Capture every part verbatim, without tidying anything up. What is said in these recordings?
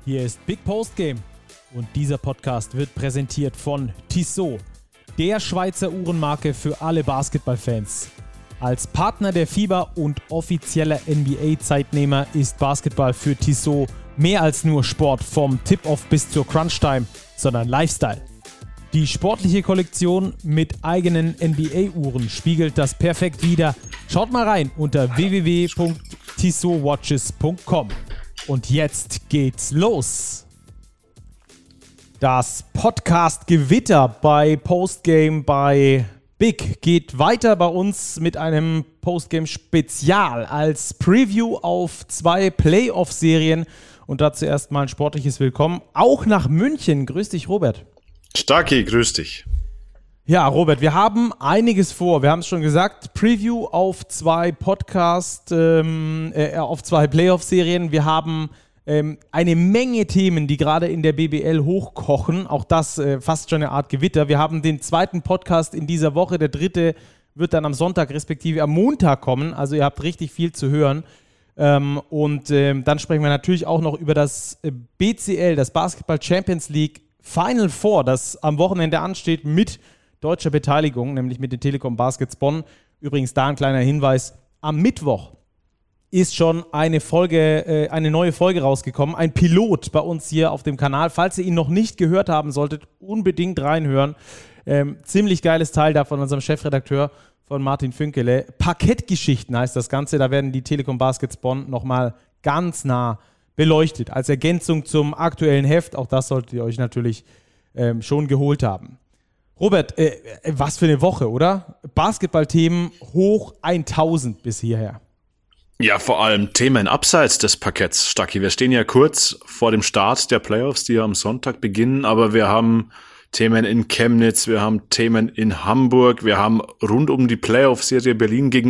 Hier ist Big Post Game und dieser Podcast wird präsentiert von Tissot, der Schweizer Uhrenmarke für alle Basketballfans. Als Partner der FIBA und offizieller N B A-Zeitnehmer ist Basketball für Tissot mehr als nur Sport vom Tip-Off bis zur Crunch-Time, sondern Lifestyle. Die sportliche Kollektion mit eigenen N B A-Uhren spiegelt das perfekt wider. Schaut mal rein unter w w w punkt tissot watches punkt com. Und jetzt geht's los. Das Podcast-Gewitter bei Postgame bei Big geht weiter bei uns mit einem Postgame-Spezial als Preview auf zwei Playoff-Serien. Und dazu erstmal ein sportliches Willkommen, auch nach München. Grüß dich, Robert. Starki, grüß dich. Ja, Robert, wir haben einiges vor. Wir haben es schon gesagt, Preview auf zwei Podcast, ähm, äh, auf zwei Playoff-Serien. Wir haben ähm, eine Menge Themen, die gerade in der B B L hochkochen. Auch das äh, fast schon eine Art Gewitter. Wir haben den zweiten Podcast in dieser Woche. Der dritte wird dann am Sonntag respektive am Montag kommen. Also ihr habt richtig viel zu hören. Ähm, und ähm, dann sprechen wir natürlich auch noch über das äh, B C L, das Basketball Champions League Final Four, das am Wochenende ansteht mit deutscher Beteiligung, nämlich mit den Telekom Baskets Bonn. Übrigens da ein kleiner Hinweis, am Mittwoch ist schon eine Folge, äh, eine neue Folge rausgekommen, ein Pilot bei uns hier auf dem Kanal. Falls ihr ihn noch nicht gehört haben solltet, unbedingt reinhören. Ähm, ziemlich geiles Teil da von unserem Chefredakteur, von Martin Fünkele. Parkettgeschichten heißt das Ganze, da werden die Telekom Baskets Bonn nochmal ganz nah beleuchtet, als Ergänzung zum aktuellen Heft. Auch das solltet ihr euch natürlich ähm, schon geholt haben. Robert, äh, was für eine Woche, oder? Basketballthemen hoch tausend bis hierher. Ja, vor allem Themen abseits des Parketts, Stacki. Wir stehen ja kurz vor dem Start der Playoffs, die ja am Sonntag beginnen, aber wir haben Themen in Chemnitz, wir haben Themen in Hamburg, wir haben rund um die Playoff-Serie Berlin gegen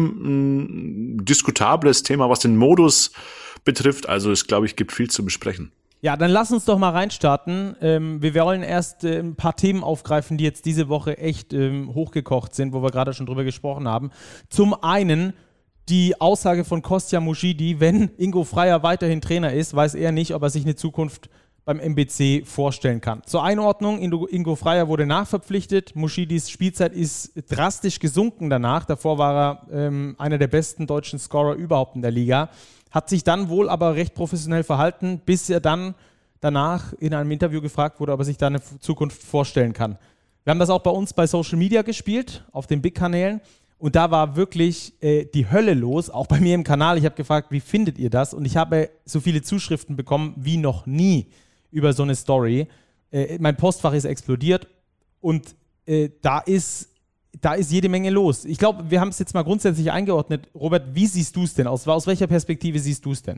Ulm ein diskutables Thema, was den Modus betrifft. Also es, glaube ich, gibt viel zu besprechen. Ja, dann lass uns doch mal reinstarten. Ähm, wir wollen erst äh, ein paar Themen aufgreifen, die jetzt diese Woche echt ähm, hochgekocht sind, wo wir gerade schon drüber gesprochen haben. Zum einen die Aussage von Kostja Muschidi, wenn Ingo Freier weiterhin Trainer ist, weiß er nicht, ob er sich eine Zukunft beim M B C vorstellen kann. Zur Einordnung, Ingo, Ingo Freier wurde nachverpflichtet. Muschidis Spielzeit ist drastisch gesunken danach. Davor war er ähm, einer der besten deutschen Scorer überhaupt in der Liga. Hat sich dann wohl aber recht professionell verhalten, bis er dann danach in einem Interview gefragt wurde, ob er sich da eine Zukunft vorstellen kann. Wir haben das auch bei uns bei Social Media gespielt, auf den Big-Kanälen. Und da war wirklich äh, die Hölle los, auch bei mir im Kanal. Ich habe gefragt, wie findet ihr das? Und ich habe so viele Zuschriften bekommen wie noch nie über so eine Story. Äh, mein Postfach ist explodiert und äh, da ist... Da ist jede Menge los. Ich glaube, wir haben es jetzt mal grundsätzlich eingeordnet. Robert, wie siehst du es denn aus? Aus welcher Perspektive siehst du es denn?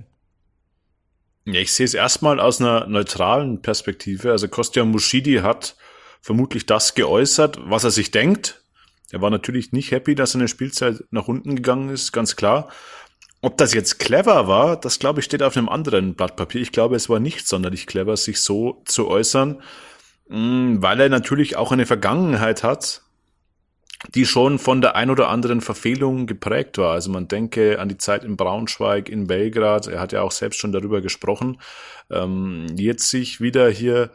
Ja, ich sehe es erstmal aus einer neutralen Perspektive. Also Kostja Muschidi hat vermutlich das geäußert, was er sich denkt. Er war natürlich nicht happy, dass seine Spielzeit nach unten gegangen ist, ganz klar. Ob das jetzt clever war, das glaube ich steht auf einem anderen Blatt Papier. Ich glaube, es war nicht sonderlich clever, sich so zu äußern, weil er natürlich auch eine Vergangenheit hat, die schon von der ein oder anderen Verfehlung geprägt war. Also man denke an die Zeit in Braunschweig, in Belgrad. Er hat ja auch selbst schon darüber gesprochen. Ähm, jetzt sich wieder hier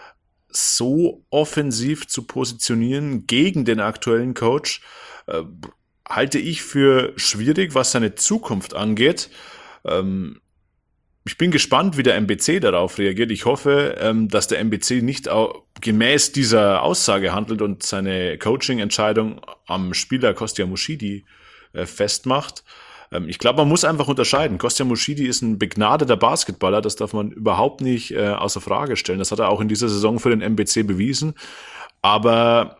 so offensiv zu positionieren gegen den aktuellen Coach, äh, halte ich für schwierig, was seine Zukunft angeht. Ähm, Ich bin gespannt, wie der M B C darauf reagiert. Ich hoffe, dass der M B C nicht auch gemäß dieser Aussage handelt und seine Coaching-Entscheidung am Spieler Kostja Muschidi festmacht. Ich glaube, man muss einfach unterscheiden. Kostja Muschidi ist ein begnadeter Basketballer, das darf man überhaupt nicht außer Frage stellen. Das hat er auch in dieser Saison für den M B C bewiesen. Aber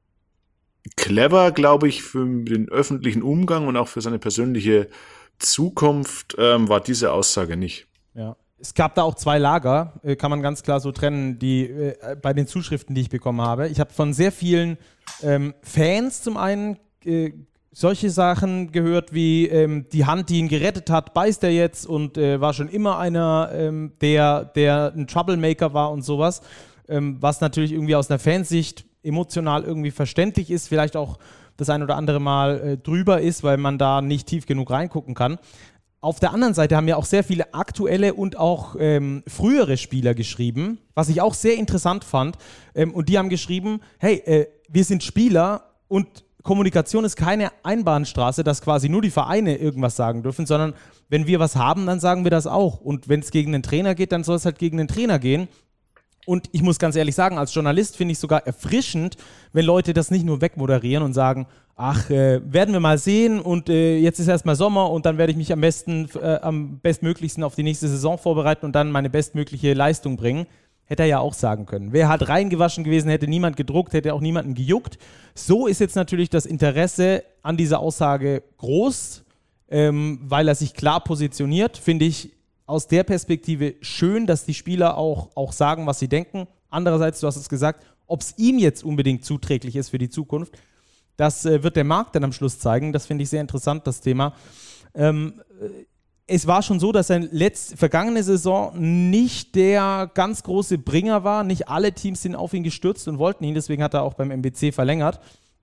clever, glaube ich, für den öffentlichen Umgang und auch für seine persönliche Zukunft war diese Aussage nicht. Ja, es gab da auch zwei Lager, äh, kann man ganz klar so trennen, die äh, bei den Zuschriften, die ich bekommen habe. Ich habe von sehr vielen ähm, Fans zum einen äh, solche Sachen gehört wie ähm, die Hand, die ihn gerettet hat, beißt er jetzt und äh, war schon immer einer, ähm, der, der ein Troublemaker war und sowas, ähm, was natürlich irgendwie aus einer Fansicht emotional irgendwie verständlich ist, vielleicht auch das ein oder andere Mal äh, drüber ist, weil man da nicht tief genug reingucken kann. auf der anderen Seite haben ja auch sehr viele aktuelle und auch ähm, frühere Spieler geschrieben, was ich auch sehr interessant fand. Ähm, und die haben geschrieben, hey, äh, wir sind Spieler und Kommunikation ist keine Einbahnstraße, dass quasi nur die Vereine irgendwas sagen dürfen, sondern wenn wir was haben, dann sagen wir das auch. Und wenn es gegen den Trainer geht, dann soll es halt gegen den Trainer gehen. Und ich muss ganz ehrlich sagen, als Journalist finde ich sogar erfrischend, wenn Leute das nicht nur wegmoderieren und sagen, ach, äh, werden wir mal sehen und äh, jetzt ist erstmal Sommer und dann werde ich mich am besten, äh, am bestmöglichsten auf die nächste Saison vorbereiten und dann meine bestmögliche Leistung bringen. Hätte er ja auch sagen können. Wäre halt reingewaschen gewesen, hätte niemand gedruckt, hätte auch niemanden gejuckt. So ist jetzt natürlich das Interesse an dieser Aussage groß, ähm, weil er sich klar positioniert, finde ich aus der Perspektive schön, dass die Spieler auch, auch sagen, was sie denken. Andererseits, du hast es gesagt, ob es ihm jetzt unbedingt zuträglich ist für die Zukunft, das äh, wird der Markt dann am Schluss zeigen. Das finde ich sehr interessant, das Thema. Ähm, es war schon so, dass seine letzte, vergangene Saison nicht der ganz große Bringer war. Nicht alle Teams sind auf ihn gestürzt und wollten ihn, deswegen hat er auch beim M B C verlängert.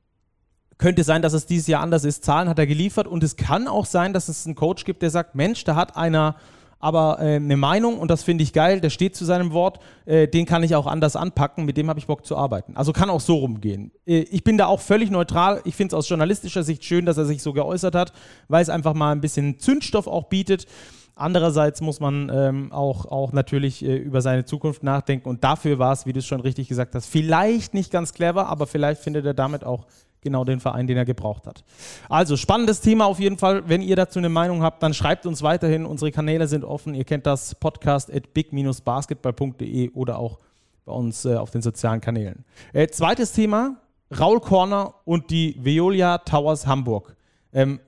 Könnte sein, dass es dieses Jahr anders ist. Zahlen hat er geliefert und es kann auch sein, dass es einen Coach gibt, der sagt, Mensch, da hat einer aber äh, eine Meinung und das finde ich geil, der steht zu seinem Wort, äh, den kann ich auch anders anpacken, mit dem habe ich Bock zu arbeiten. Also kann auch so rumgehen. Äh, ich bin da auch völlig neutral, ich finde es aus journalistischer Sicht schön, dass er sich so geäußert hat, weil es einfach mal ein bisschen Zündstoff auch bietet. Andererseits muss man ähm, auch, auch natürlich äh, über seine Zukunft nachdenken und dafür war es, wie du es schon richtig gesagt hast, vielleicht nicht ganz clever, aber vielleicht findet er damit auch genau den Verein, den er gebraucht hat. Also, spannendes Thema auf jeden Fall. Wenn ihr dazu eine Meinung habt, dann schreibt uns weiterhin. Unsere Kanäle sind offen. Ihr kennt das podcast at big dash basketball punkt de oder auch bei uns äh, auf den sozialen Kanälen. Äh, zweites Thema, Raul Corner und die Veolia Towers Hamburg. Ähm,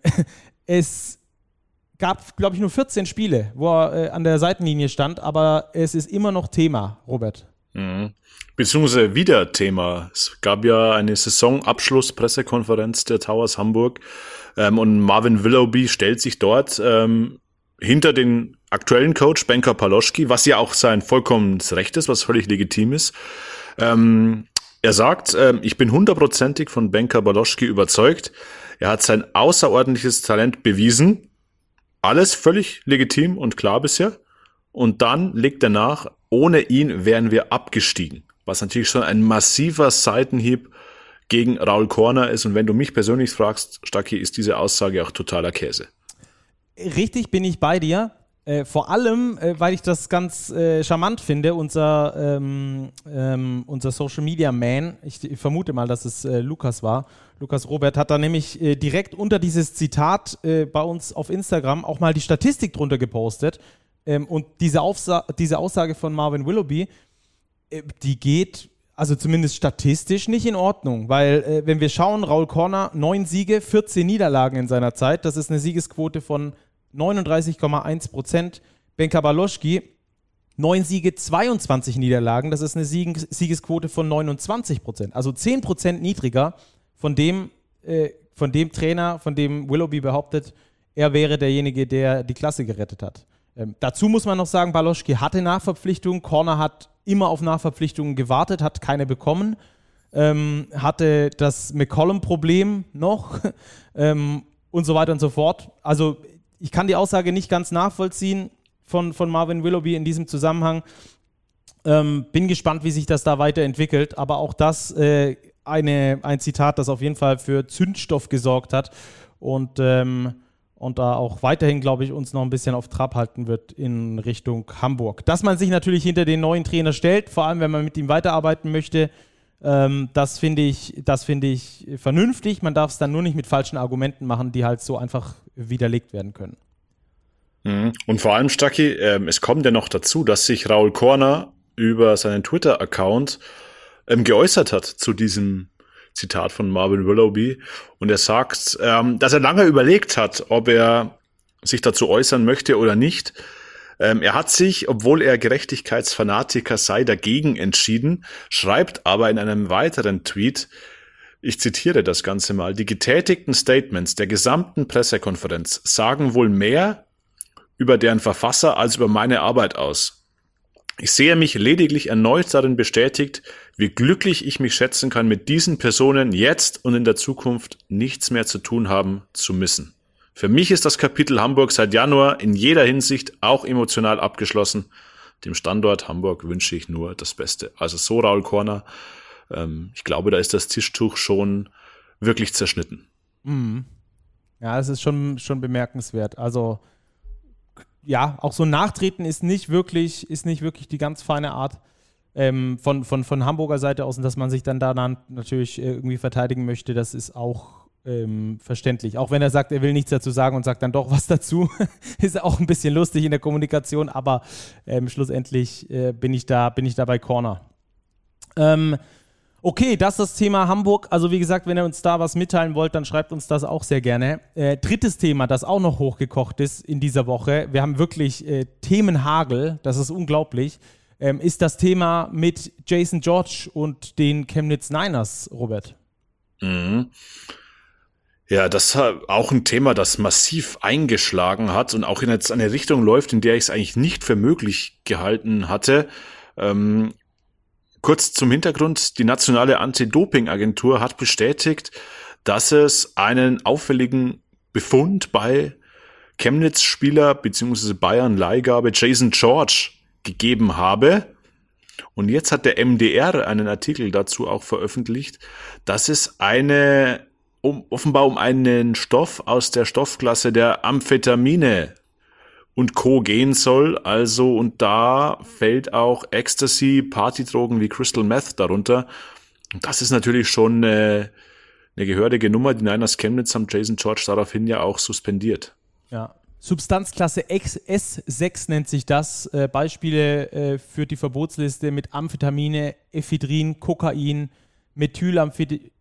es gab, glaube ich, nur vierzehn Spiele, wo er äh, an der Seitenlinie stand, aber es ist immer noch Thema, Robert. Mhm. Beziehungsweise wieder Thema. Es gab ja eine Saisonabschluss-Pressekonferenz der Towers Hamburg ähm, und Marvin Willoughby stellt sich dort ähm, hinter den aktuellen Coach Benka Paloschki, was ja auch sein vollkommenes Recht ist, was völlig legitim ist. Ähm, er sagt, ähm, ich bin hundertprozentig von Benka Paloschki überzeugt. Er hat sein außerordentliches Talent bewiesen. Alles völlig legitim und klar bisher. Und dann legt er nach, ohne ihn wären wir abgestiegen. Was natürlich schon ein massiver Seitenhieb gegen Raul Corner ist. Und wenn du mich persönlich fragst, Stacki, ist diese Aussage auch totaler Käse. Richtig, bin ich bei dir. Äh, vor allem, äh, weil ich das ganz äh, charmant finde, unser, ähm, ähm, unser Social Media Man, ich, ich vermute mal, dass es äh, Lukas war, Lukas Robert, hat da nämlich äh, direkt unter dieses Zitat äh, bei uns auf Instagram auch mal die Statistik drunter gepostet. Ähm, und diese, Aufsa- diese Aussage von Marvin Willoughby, äh, die geht, also zumindest statistisch, nicht in Ordnung. Weil, äh, wenn wir schauen, Raul Corner, neun Siege, vierzehn Niederlagen in seiner Zeit. Das ist eine Siegesquote von neununddreißig Komma eins Prozent. Benka Paloschki, neun Siege, zweiundzwanzig Niederlagen. Das ist eine Sieges- Siegesquote von neunundzwanzig Prozent. Also zehn Prozent niedriger von dem, äh, von dem Trainer, von dem Willoughby behauptet, er wäre derjenige, der die Klasse gerettet hat. Ähm, dazu muss man noch sagen, Paloschki hatte Nachverpflichtungen, Corner hat immer auf Nachverpflichtungen gewartet, hat keine bekommen, ähm, hatte das McCollum-Problem noch ähm, und so weiter und so fort. Also ich kann die Aussage nicht ganz nachvollziehen von, von Marvin Willoughby in diesem Zusammenhang. Ähm, bin gespannt, wie sich das da weiterentwickelt, aber auch das äh, eine, ein Zitat, das auf jeden Fall für Zündstoff gesorgt hat und ähm, und da auch weiterhin, glaube ich, uns noch ein bisschen auf Trab halten wird in Richtung Hamburg. Dass man sich natürlich hinter den neuen Trainer stellt, vor allem wenn man mit ihm weiterarbeiten möchte, ähm, das finde ich, das finde ich vernünftig. Man darf es dann nur nicht mit falschen Argumenten machen, die halt so einfach widerlegt werden können. Und vor allem, Stacki, ähm, es kommt ja noch dazu, dass sich Raul Corner über seinen Twitter-Account ähm, geäußert hat zu diesem Zitat von Marvin Willoughby. Und er sagt, ähm, dass er lange überlegt hat, ob er sich dazu äußern möchte oder nicht. Ähm, er hat sich, obwohl er Gerechtigkeitsfanatiker sei, dagegen entschieden, schreibt aber in einem weiteren Tweet, ich zitiere das Ganze mal, die getätigten Statements der gesamten Pressekonferenz sagen wohl mehr über deren Verfasser als über meine Arbeit aus. Ich sehe mich lediglich erneut darin bestätigt, wie glücklich ich mich schätzen kann, mit diesen Personen jetzt und in der Zukunft nichts mehr zu tun haben zu müssen. Für mich ist das Kapitel Hamburg seit Januar in jeder Hinsicht auch emotional abgeschlossen. Dem Standort Hamburg wünsche ich nur das Beste. Also so Raul Corner, ähm, ich glaube, da ist das Tischtuch schon wirklich zerschnitten. Mhm. Ja, es ist schon, schon bemerkenswert. Also ja, auch so ein Nachtreten ist nicht wirklich, ist nicht wirklich die ganz feine Art ähm, von, von, von Hamburger Seite aus, und dass man sich dann da dann natürlich irgendwie verteidigen möchte, das ist auch ähm, verständlich. Auch wenn er sagt, er will nichts dazu sagen und sagt dann doch was dazu, ist auch ein bisschen lustig in der Kommunikation, aber ähm, schlussendlich äh, bin ich da, bin ich da bei Corner. Ähm, Okay, das ist das Thema Hamburg. Also wie gesagt, wenn ihr uns da was mitteilen wollt, dann schreibt uns das auch sehr gerne. Äh, drittes Thema, das auch noch hochgekocht ist in dieser Woche, wir haben wirklich äh, Themenhagel, das ist unglaublich, ähm, ist das Thema mit Jason George und den Chemnitz Niners, Robert. Mhm. Ja, das ist auch ein Thema, das massiv eingeschlagen hat und auch in jetzt eine Richtung läuft, in der ich es eigentlich nicht für möglich gehalten hatte. Ähm, Kurz zum Hintergrund, die nationale Anti-Doping-Agentur hat bestätigt, dass es einen auffälligen Befund bei Chemnitz-Spieler bzw. Bayern-Leihgabe Jason George gegeben habe. Und jetzt hat der M D R einen Artikel dazu auch veröffentlicht, dass es eine um, offenbar um einen Stoff aus der Stoffklasse der Amphetamine und Co. gehen soll, also, und da fällt auch Ecstasy, Partydrogen wie Crystal Meth darunter. Und das ist natürlich schon eine, eine gehörige Nummer. Die Niners Chemnitz haben Jason George daraufhin ja auch suspendiert. Ja, Substanzklasse S sechs nennt sich das. Äh, Beispiele äh, für die Verbotsliste mit Amphetamine, Ephedrin, Kokain, Methylamphet-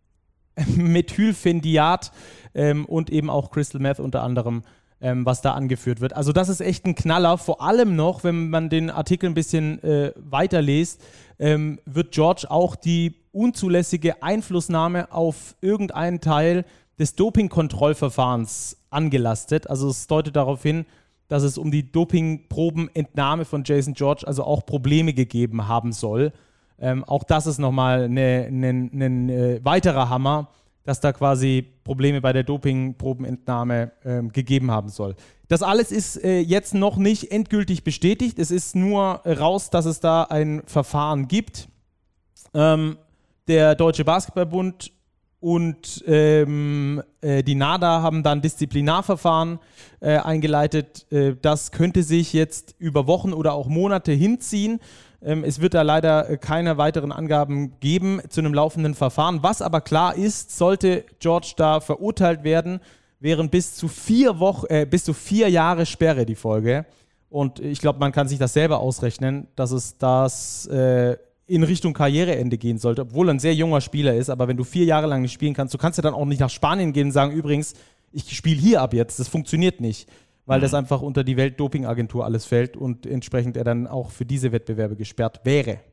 Methylphendiat ähm, und eben auch Crystal Meth unter anderem, Ähm, was da angeführt wird. Also das ist echt ein Knaller. Vor allem noch, wenn man den Artikel ein bisschen äh, weiterliest, ähm, wird George auch die unzulässige Einflussnahme auf irgendeinen Teil des Dopingkontrollverfahrens angelastet. Also es deutet darauf hin, dass es um die Dopingprobenentnahme von Jason George also auch Probleme gegeben haben soll. Ähm, auch das ist nochmal ein ne, ne, ne, weiterer Hammer, dass da quasi Probleme bei der Dopingprobenentnahme ähm, gegeben haben soll. Das alles ist äh, jetzt noch nicht endgültig bestätigt. Es ist nur raus, dass es da ein Verfahren gibt. Ähm, der Deutsche Basketballbund und ähm, äh, die NADA haben dann Disziplinarverfahren äh, eingeleitet. Äh, das könnte sich jetzt über Wochen oder auch Monate hinziehen. Ähm, es wird da leider keine weiteren Angaben geben zu einem laufenden Verfahren. Was aber klar ist, sollte George da verurteilt werden, wären bis zu vier Wochen, äh, bis zu vier Jahre Sperre die Folge. Und ich glaube, man kann sich das selber ausrechnen, dass es das äh, in Richtung Karriereende gehen sollte, obwohl er ein sehr junger Spieler ist. Aber wenn du vier Jahre lang nicht spielen kannst, du kannst ja dann auch nicht nach Spanien gehen und sagen, übrigens, ich spiele hier ab jetzt. Das funktioniert nicht, weil mhm. das einfach unter die Weltdopingagentur alles fällt und entsprechend er dann auch für diese Wettbewerbe gesperrt wäre.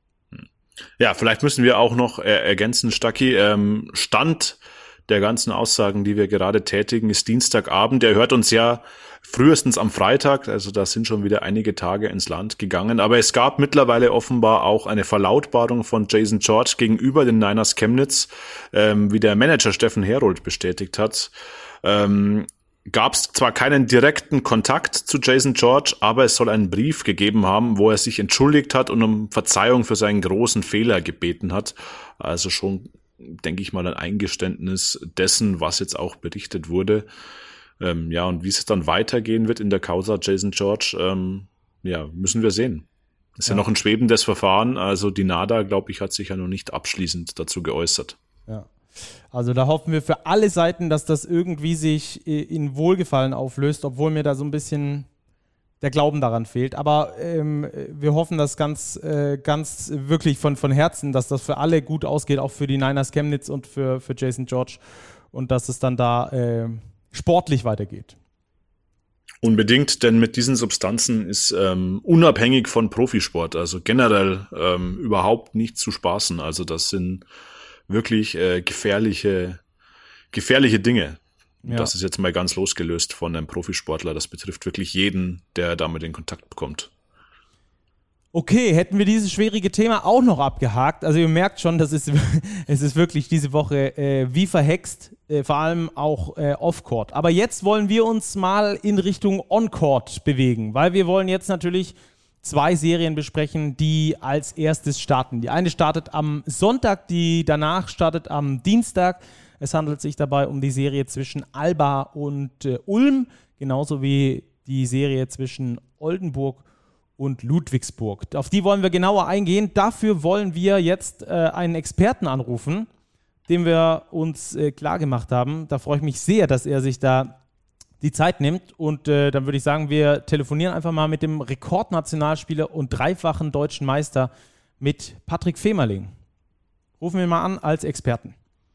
Ja, vielleicht müssen wir auch noch äh, ergänzen, Stacki, ähm, Stand der ganzen Aussagen, die wir gerade tätigen, ist Dienstagabend. Er hört uns ja frühestens am Freitag, also da sind schon wieder einige Tage ins Land gegangen. Aber es gab mittlerweile offenbar auch eine Verlautbarung von Jason George gegenüber den Niners Chemnitz, ähm, wie der Manager Steffen Herold bestätigt hat. Ähm, gab es zwar keinen direkten Kontakt zu Jason George, aber es soll einen Brief gegeben haben, wo er sich entschuldigt hat und um Verzeihung für seinen großen Fehler gebeten hat. Also schon, denke ich mal, ein Eingeständnis dessen, was jetzt auch berichtet wurde. Ähm, ja, und wie es dann weitergehen wird in der Causa Jason George, ähm, ja, müssen wir sehen. Das ist ja. ja noch ein schwebendes Verfahren, also die NADA, glaube ich, hat sich ja noch nicht abschließend dazu geäußert. Ja, also da hoffen wir für alle Seiten, dass das irgendwie sich in Wohlgefallen auflöst, obwohl mir da so ein bisschen der Glauben daran fehlt. Aber ähm, wir hoffen das ganz, äh, ganz wirklich von, von Herzen, dass das für alle gut ausgeht, auch für die Niners Chemnitz und für, für Jason George, und dass es dann da äh, sportlich weitergeht. Unbedingt, denn mit diesen Substanzen ist ähm, unabhängig von Profisport, also generell ähm, überhaupt nicht zu spaßen. Also das sind wirklich äh, gefährliche, gefährliche Dinge. Ja. Das ist jetzt mal ganz losgelöst von einem Profisportler. Das betrifft wirklich jeden, der damit in Kontakt bekommt. Okay, hätten wir dieses schwierige Thema auch noch abgehakt. Also ihr merkt schon, das ist, es ist wirklich diese Woche äh, wie verhext. äh, vor allem auch äh, Off-Court. Aber jetzt wollen wir uns mal in Richtung On-Court bewegen, weil wir wollen jetzt natürlich zwei Serien besprechen, die als erstes starten. Die eine startet am Sonntag, die danach startet am Dienstag. Es handelt sich dabei um die Serie zwischen Alba und äh, Ulm, genauso wie die Serie zwischen Oldenburg und Ludwigsburg. Auf die wollen wir genauer eingehen. Dafür wollen wir jetzt äh, einen Experten anrufen, den wir uns äh, klar gemacht haben. Da freue ich mich sehr, dass er sich da die Zeit nimmt. Und äh, dann würde ich sagen, wir telefonieren einfach mal mit dem Rekordnationalspieler und dreifachen deutschen Meister, mit Patrick Femerling. Rufen wir mal an als Experten.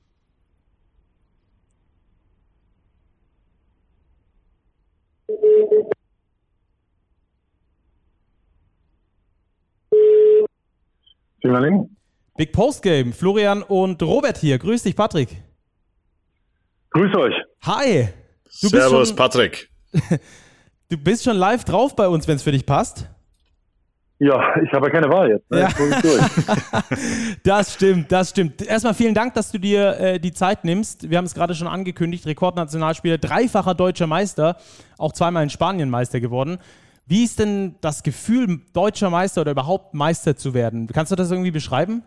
Femerling. Big Post Game, Florian und Robert hier. Grüß dich, Patrick. Grüß euch. Hi. Du Servus, bist schon, Patrick. Du bist schon live drauf bei uns, wenn es für dich passt. Ja, ich habe ja keine Wahl jetzt. Ne? Ja. Jetzt muss ich durch. Das stimmt, das stimmt. Erstmal vielen Dank, dass du dir äh, die Zeit nimmst. Wir haben es gerade schon angekündigt, Rekordnationalspieler, dreifacher deutscher Meister, auch zweimal in Spanien Meister geworden. Wie ist denn das Gefühl, deutscher Meister oder überhaupt Meister zu werden? Kannst du das irgendwie beschreiben?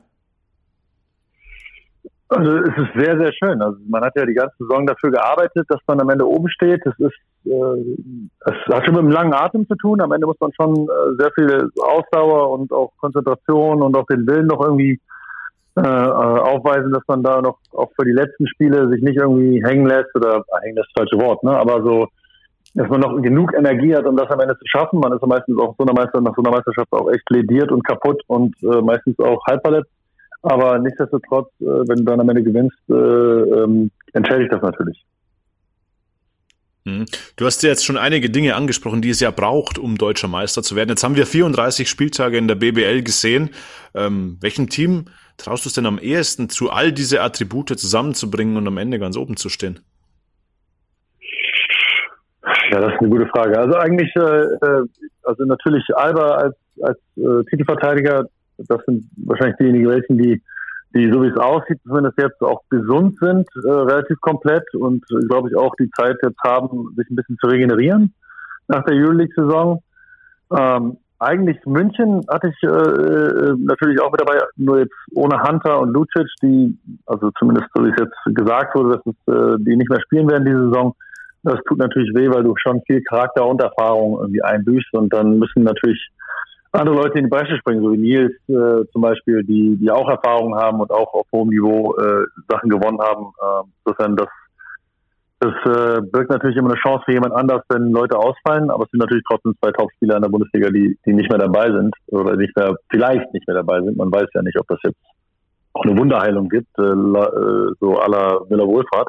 Also es ist sehr, sehr schön. Also man hat ja die ganze Saison dafür gearbeitet, dass man am Ende oben steht. Das ist, äh, das hat schon mit einem langen Atem zu tun. Am Ende muss man schon äh, sehr viel Ausdauer und auch Konzentration und auch den Willen noch irgendwie äh, aufweisen, dass man da noch auch für die letzten Spiele sich nicht irgendwie hängen lässt oder äh, hängen das falsche Wort, ne? Aber so, dass man noch genug Energie hat, um das am Ende zu schaffen. Man ist meistens auch so einer Meister, nach so einer Meisterschaft auch echt lediert und kaputt und äh, meistens auch halb verletzt. Aber nichtsdestotrotz, äh, wenn du dann am Ende gewinnst, äh, ähm, entschädigt das natürlich. Du hast ja jetzt schon einige Dinge angesprochen, die es ja braucht, um deutscher Meister zu werden. Jetzt haben wir vierunddreißig Spieltage in der B B L gesehen. Ähm, welchem Team traust du es denn am ehesten zu, all diese Attribute zusammenzubringen und am Ende ganz oben zu stehen? Ja, das ist eine gute Frage. Also eigentlich, äh, also natürlich Alba als, als äh, Titelverteidiger, das sind wahrscheinlich diejenigen welchen, die, die so wie es aussieht, zumindest jetzt auch gesund sind, äh, relativ komplett und äh, glaube ich auch die Zeit jetzt haben, sich ein bisschen zu regenerieren nach der Euroleague-Saison. Ähm, eigentlich München hatte ich äh, natürlich auch mit dabei, nur jetzt ohne Hunter und Lucic, die, also zumindest so wie es jetzt gesagt wurde, dass es, äh, die nicht mehr spielen werden diese Saison. Das tut natürlich weh, weil du schon viel Charakter und Erfahrung irgendwie einbüßt und dann müssen natürlich andere Leute in die Bresche springen, so wie Nils äh, zum Beispiel, die die auch Erfahrung haben und auch auf hohem Niveau äh, Sachen gewonnen haben. Äh, insofern, das, das äh, birgt natürlich immer eine Chance für jemand anders, wenn Leute ausfallen, aber es sind natürlich trotzdem zwei Topspieler in der Bundesliga, die die nicht mehr dabei sind oder nicht mehr, vielleicht nicht mehr dabei sind. Man weiß ja nicht, ob das jetzt auch eine Wunderheilung gibt, äh, so à la Müller-Wohlfahrt.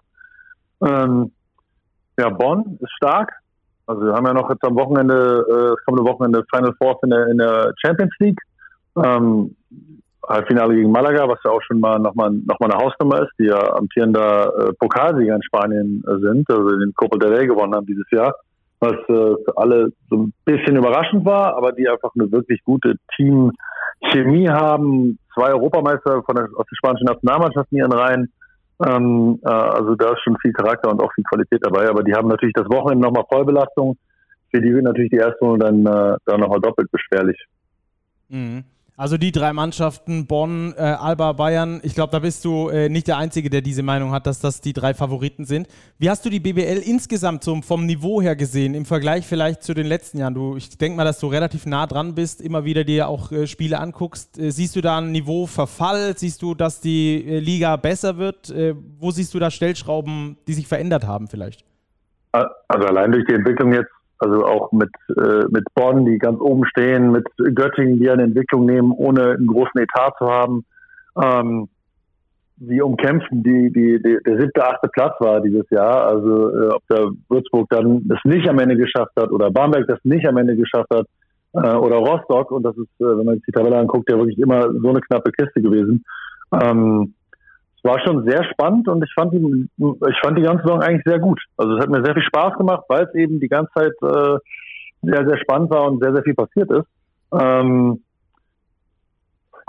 Ähm, ja, Bonn ist stark. Also wir haben ja noch jetzt am Wochenende, äh, das kommende Wochenende Final Four in der, in der Champions League. Ähm, Halbfinale gegen Malaga, was ja auch schon mal nochmal noch mal eine Hausnummer ist, die ja amtierender äh, Pokalsieger in Spanien äh, sind, also den Copa del Rey gewonnen haben dieses Jahr, was äh, für alle so ein bisschen überraschend war, aber die einfach eine wirklich gute Teamchemie haben. Zwei Europameister von der, aus der spanischen Nationalmannschaft in ihren Reihen. Ähm, äh, also da ist schon viel Charakter und auch viel Qualität dabei, aber die haben natürlich das Wochenende nochmal Vollbelastung. Für die wird natürlich die erste Runde dann, äh, dann nochmal doppelt beschwerlich. Mhm. Also die drei Mannschaften, Bonn, äh, Alba, Bayern, ich glaube, da bist du äh, nicht der Einzige, der diese Meinung hat, dass das die drei Favoriten sind. Wie hast du die B B L insgesamt so vom Niveau her gesehen, im Vergleich vielleicht zu den letzten Jahren? Du, ich denke mal, dass du relativ nah dran bist, immer wieder dir auch äh, Spiele anguckst. Äh, siehst du da einen Niveauverfall? Siehst du, dass die äh, Liga besser wird? Äh, wo siehst du da Stellschrauben, die sich verändert haben vielleicht? Also allein durch die Entwicklung jetzt, also auch mit äh, mit Bonn, die ganz oben stehen, mit Göttingen, die eine Entwicklung nehmen, ohne einen großen Etat zu haben. Ähm, wie umkämpfen die, die, die der siebte, achte Platz war dieses Jahr. Also äh, ob der Würzburg dann es nicht am Ende geschafft hat oder Bamberg das nicht am Ende geschafft hat äh, oder Rostock. Und das ist, äh, wenn man sich die Tabelle anguckt, ja wirklich immer so eine knappe Kiste gewesen. Ähm, Es war schon sehr spannend und ich fand die, ich fand die ganze Saison eigentlich sehr gut. Also es hat mir sehr viel Spaß gemacht, weil es eben die ganze Zeit äh, sehr, sehr spannend war und sehr, sehr viel passiert ist. Ähm,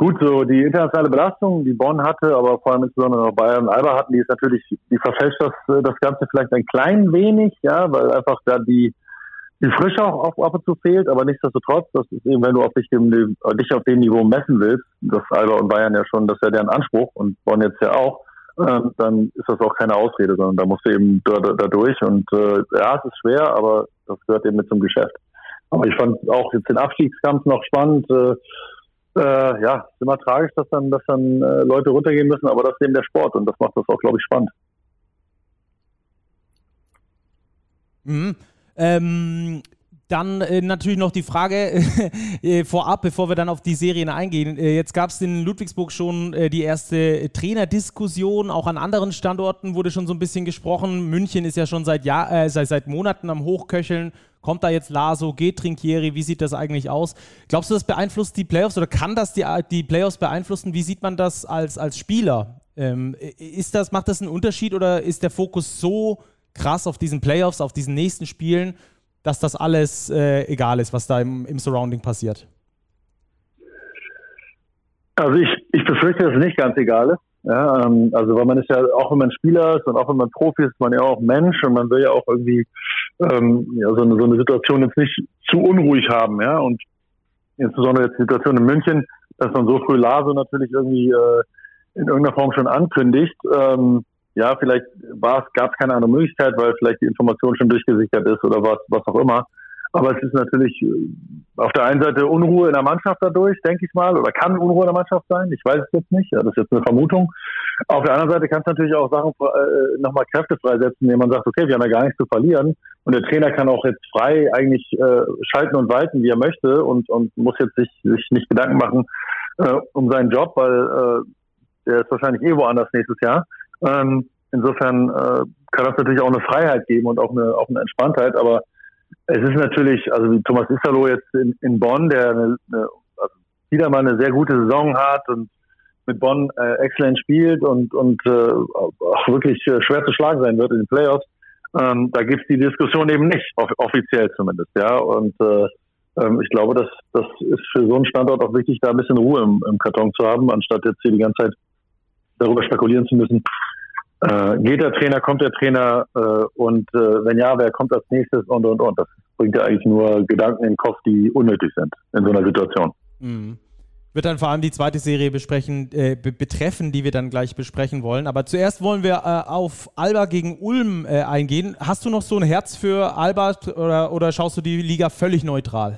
gut, so die internationale Belastung, die Bonn hatte, aber vor allem insbesondere auch Bayern und Alba hatten, die ist natürlich, die verfälscht das, das Ganze vielleicht ein klein wenig, ja, weil einfach da die, die Frische auch ab, ab und zu fehlt, aber nichtsdestotrotz, das ist eben, wenn du auf dich, dem, dich auf dem Niveau messen willst, das Alba und Bayern ja schon, das ist ja deren Anspruch und Bonn jetzt ja auch, ähm, dann ist das auch keine Ausrede, sondern da musst du eben da, da, da durch und äh, ja, es ist schwer, aber das gehört eben mit zum Geschäft. Aber ich fand auch jetzt den Abstiegskampf noch spannend, äh, Äh, ja, ist immer tragisch, dass dann, dass dann äh, Leute runtergehen müssen, aber das ist eben der Sport und das macht das auch, glaube ich, spannend. Mhm. Ähm, dann äh, natürlich noch die Frage äh, vorab, bevor wir dann auf die Serien eingehen. Äh, jetzt gab es in Ludwigsburg schon äh, die erste Trainerdiskussion, auch an anderen Standorten wurde schon so ein bisschen gesprochen. München ist ja schon seit, Jahr, äh, seit, seit Monaten am Hochköcheln. Kommt da jetzt Laso, geht Trinkieri, wie sieht das eigentlich aus? Glaubst du, das beeinflusst die Playoffs oder kann das die, die Playoffs beeinflussen? Wie sieht man das als, als Spieler? Ähm, ist das, macht das einen Unterschied oder ist der Fokus so krass auf diesen Playoffs, auf diesen nächsten Spielen, dass das alles äh, egal ist, was da im, im Surrounding passiert? Also ich, ich befürchte, dass es nicht ganz egal ist. Ja, ähm, also weil man ist ja, auch wenn man Spieler ist und auch wenn man Profi ist, man ja auch Mensch und man will ja auch irgendwie ähm, ja, so, eine, so eine Situation jetzt nicht zu unruhig haben, ja, und insbesondere jetzt die Situation in München, dass man so früh Laso natürlich irgendwie äh, in irgendeiner Form schon ankündigt. Ähm, ja, vielleicht gab es keine andere Möglichkeit, weil vielleicht die Information schon durchgesichert ist oder was, was auch immer. Aber es ist natürlich auf der einen Seite Unruhe in der Mannschaft dadurch, denke ich mal, oder kann Unruhe in der Mannschaft sein. Ich weiß es jetzt nicht, ja, das ist jetzt eine Vermutung. Auf der anderen Seite kann es natürlich auch Sachen äh, nochmal Kräfte freisetzen, indem man sagt, okay, wir haben ja gar nichts zu verlieren und der Trainer kann auch jetzt frei eigentlich äh, schalten und walten, wie er möchte und, und muss jetzt sich, sich nicht Gedanken machen äh, um seinen Job, weil äh, der ist wahrscheinlich eh woanders nächstes Jahr. Ähm, insofern äh, kann das natürlich auch eine Freiheit geben und auch eine, auch eine Entspanntheit, aber es ist natürlich, also wie Thomas Isserloh jetzt in, in Bonn, der eine, eine, also wieder mal eine sehr gute Saison hat und mit Bonn äh, exzellent spielt und, und äh, auch wirklich äh, schwer zu schlagen sein wird in den Playoffs. Ähm, da gibt es die Diskussion eben nicht, off- offiziell zumindest, ja. Und äh, ähm, ich glaube, das, das ist für so einen Standort auch wichtig, da ein bisschen Ruhe im, im Karton zu haben, anstatt jetzt hier die ganze Zeit darüber spekulieren zu müssen. Äh, geht der Trainer, kommt der Trainer äh, und äh, wenn ja, wer kommt als nächstes und und und. Das bringt ja eigentlich nur Gedanken in den Kopf, die unnötig sind in so einer Situation. Mhm. Wird dann vor allem die zweite Serie besprechen, äh, be- betreffen, die wir dann gleich besprechen wollen. Aber zuerst wollen wir äh, auf Alba gegen Ulm äh, eingehen. Hast du noch so ein Herz für Alba oder, oder schaust du die Liga völlig neutral?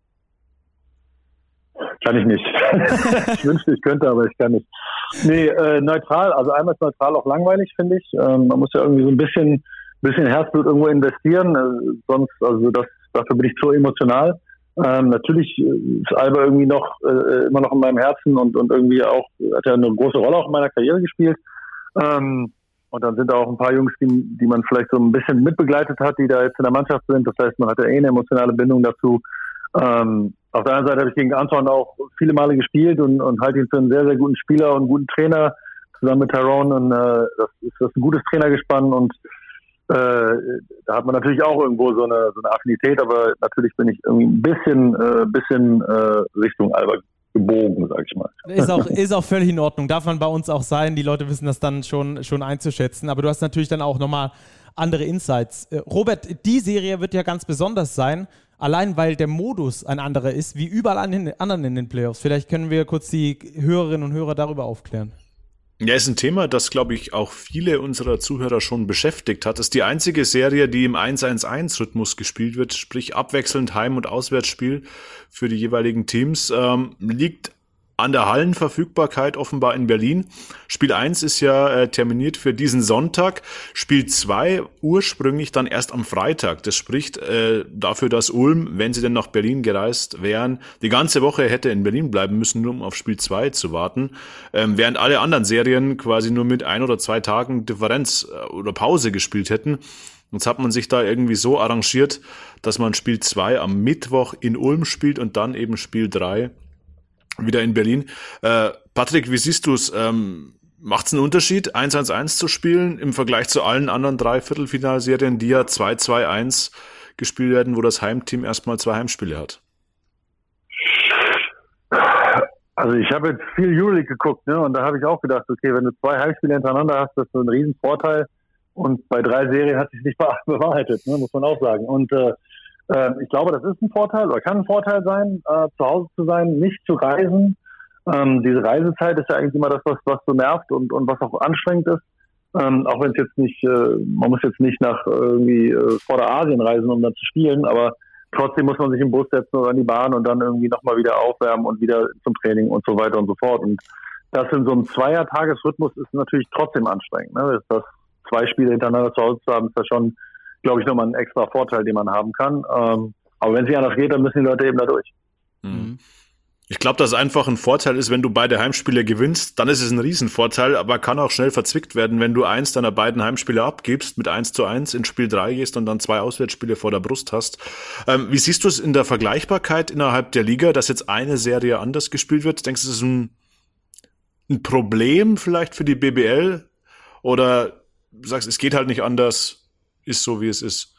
Kann ich nicht. Ich wünschte, ich könnte, aber ich kann nicht. Nee, äh, neutral, also einmal ist neutral auch langweilig, finde ich. Ähm, man muss ja irgendwie so ein bisschen, bisschen Herzblut irgendwo investieren, äh, sonst, also das, dafür bin ich zu emotional. Ähm, natürlich ist Alba irgendwie noch, äh, immer noch in meinem Herzen und, und irgendwie auch, hat ja eine große Rolle auch in meiner Karriere gespielt. Ähm, und dann sind da auch ein paar Jungs, die, die man vielleicht so ein bisschen mitbegleitet hat, die da jetzt in der Mannschaft sind. Das heißt, man hat ja eh eine emotionale Bindung dazu. Ähm, auf der anderen Seite habe ich gegen Anton auch viele Male gespielt und, und halte ihn für einen sehr, sehr guten Spieler und einen guten Trainer, zusammen mit Tyrone. Und äh, das ist das ist ein gutes Trainergespann und äh, da hat man natürlich auch irgendwo so eine, so eine Affinität, aber natürlich bin ich irgendwie ein bisschen, äh, bisschen äh, Richtung Alba gebogen, sag ich mal. Ist auch, ist auch völlig in Ordnung. Darf man bei uns auch sein. Die Leute wissen das dann schon, schon einzuschätzen. Aber du hast natürlich dann auch nochmal andere Insights. Äh, Robert, die Serie wird ja ganz besonders sein, allein weil der Modus ein anderer ist, wie überall an den anderen in den Playoffs. Vielleicht können wir kurz die Hörerinnen und Hörer darüber aufklären. Ja, ist ein Thema, das, glaube ich, auch viele unserer Zuhörer schon beschäftigt hat. Es ist die einzige Serie, die im eins eins eins Rhythmus gespielt wird, sprich abwechselnd Heim- und Auswärtsspiel für die jeweiligen Teams. Ähm, liegt an der Hallenverfügbarkeit offenbar in Berlin. Spiel eins ist ja äh, terminiert für diesen Sonntag. Spiel zwei ursprünglich dann erst am Freitag. Das spricht äh, dafür, dass Ulm, wenn sie denn nach Berlin gereist wären, die ganze Woche hätte in Berlin bleiben müssen, nur um auf Spiel zwei zu warten. Ähm, während alle anderen Serien quasi nur mit ein oder zwei Tagen Differenz äh, oder Pause gespielt hätten. Jetzt hat man sich da irgendwie so arrangiert, dass man Spiel zwei am Mittwoch in Ulm spielt und dann eben Spiel drei wieder in Berlin. Äh, Patrick, wie siehst du es? Ähm, Macht es einen Unterschied, eins eins eins zu spielen im Vergleich zu allen anderen drei Viertelfinalserien, die ja zwei zwei eins gespielt werden, wo das Heimteam erstmal zwei Heimspiele hat? Also ich habe jetzt viel Euroleague geguckt, ne? Und da habe ich auch gedacht, okay, wenn du zwei Heimspiele hintereinander hast, das ist ein Riesenvorteil. Und bei drei Serien hat sich nicht bewahrheitet, ne? Muss man auch sagen. Und äh, äh, ich glaube, das ist ein Vorteil oder kann ein Vorteil sein, äh, zu Hause zu sein, nicht zu reisen. Ähm, diese Reisezeit ist ja eigentlich immer das, was, was so nervt und, und was auch anstrengend ist. Ähm, auch wenn es jetzt nicht, äh, man muss jetzt nicht nach irgendwie äh, Vorderasien reisen, um dann zu spielen, aber trotzdem muss man sich im Bus setzen oder an die Bahn und dann irgendwie nochmal wieder aufwärmen und wieder zum Training und so weiter und so fort. Und das in so einem Zweier-Tages-Rhythmus ist natürlich trotzdem anstrengend. Ne? Das zwei Spiele hintereinander zu Hause zu haben, ist ja schon, glaube ich, nochmal ein extra Vorteil, den man haben kann. Ähm, aber wenn es nicht anders geht, dann müssen die Leute eben da durch. Mhm. Ich glaube, dass einfach ein Vorteil ist, wenn du beide Heimspiele gewinnst, dann ist es ein Riesenvorteil, aber kann auch schnell verzwickt werden, wenn du eins deiner beiden Heimspiele abgibst, mit eins zu eins in Spiel drei gehst und dann zwei Auswärtsspiele vor der Brust hast. Ähm, wie siehst du es in der Vergleichbarkeit innerhalb der Liga, dass jetzt eine Serie anders gespielt wird? Denkst du, es ist ein, ein Problem vielleicht für die B B L? Oder du sagst, es geht halt nicht anders, ist so, wie es ist?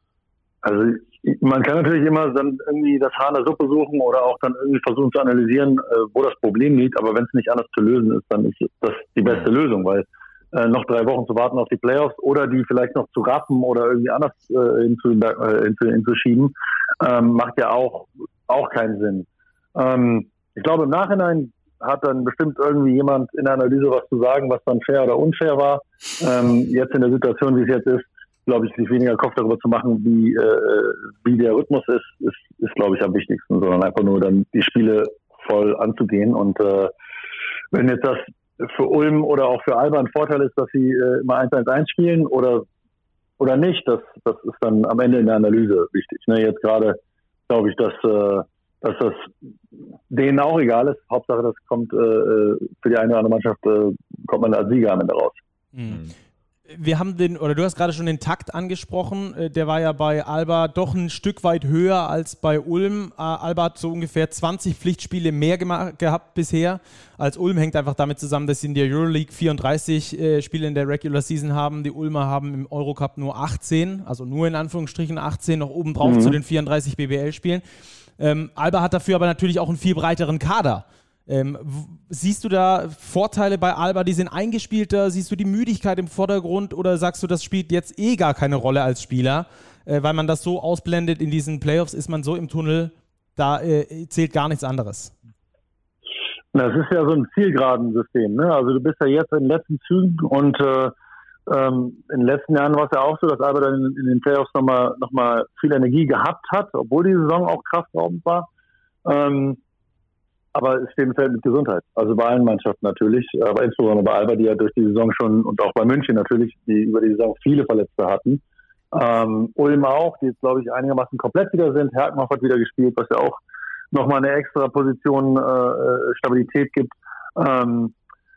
Also man kann natürlich immer dann irgendwie das Haar in der Suppe suchen oder auch dann irgendwie versuchen zu analysieren, wo das Problem liegt. Aber wenn es nicht anders zu lösen ist, dann ist das die beste Lösung, weil äh, noch drei Wochen zu warten auf die Playoffs oder die vielleicht noch zu rappen oder irgendwie anders äh, hinzu, äh, hinzu, hinzuschieben, ähm, macht ja auch, auch keinen Sinn. Ähm, ich glaube, im Nachhinein hat dann bestimmt irgendwie jemand in der Analyse was zu sagen, was dann fair oder unfair war. Ähm, jetzt in der Situation, wie es jetzt ist, glaube ich, sich weniger Kopf darüber zu machen, wie, äh, wie der Rhythmus ist, ist, ist, glaube ich, am wichtigsten, sondern einfach nur dann die Spiele voll anzugehen. Und äh, wenn jetzt das für Ulm oder auch für Alba ein Vorteil ist, dass sie äh, immer eins eins eins spielen oder oder nicht, das, das ist dann am Ende in der Analyse wichtig. Ne? Jetzt gerade glaube ich, dass, äh, dass das denen auch egal ist. Hauptsache, das kommt äh, für die eine oder andere Mannschaft, äh, kommt man als Sieger am Ende raus. Mhm. Wir haben den, oder du hast gerade schon den Takt angesprochen, der war ja bei Alba doch ein Stück weit höher als bei Ulm. Alba hat so ungefähr zwanzig Pflichtspiele mehr gemacht, gehabt bisher als Ulm, hängt einfach damit zusammen, dass sie in der Euroleague vierunddreißig äh, Spiele in der Regular Season haben. Die Ulmer haben im Eurocup nur achtzehn, also nur in Anführungsstrichen achtzehn, noch obendrauf mhm. zu den vierunddreißig B B L-Spielen. Ähm, Alba hat dafür aber natürlich auch einen viel breiteren Kader. Ähm, w- siehst du da Vorteile bei Alba, die sind eingespielter? Siehst du die Müdigkeit im Vordergrund oder sagst du, das spielt jetzt eh gar keine Rolle als Spieler, äh, weil man das so ausblendet in diesen Playoffs, ist man so im Tunnel, da äh, zählt gar nichts anderes? Das ist ja so ein Zielgeradensystem, ne? Also du bist ja jetzt in den letzten Zügen und äh, ähm, in den letzten Jahren war es ja auch so, dass Alba dann in, in den Playoffs nochmal noch mal viel Energie gehabt hat, obwohl die Saison auch kraftraubend war. Ähm, Aber es steht und fällt mit Gesundheit. Also bei allen Mannschaften natürlich, aber insbesondere bei Alba, die ja durch die Saison schon, und auch bei München natürlich, die über die Saison viele Verletzte hatten. Ähm, Ulm auch, die jetzt, glaube ich, einigermaßen komplett wieder sind. Herkenhoff hat wieder gespielt, was ja auch nochmal eine extra Position äh, Stabilität gibt. Ähm,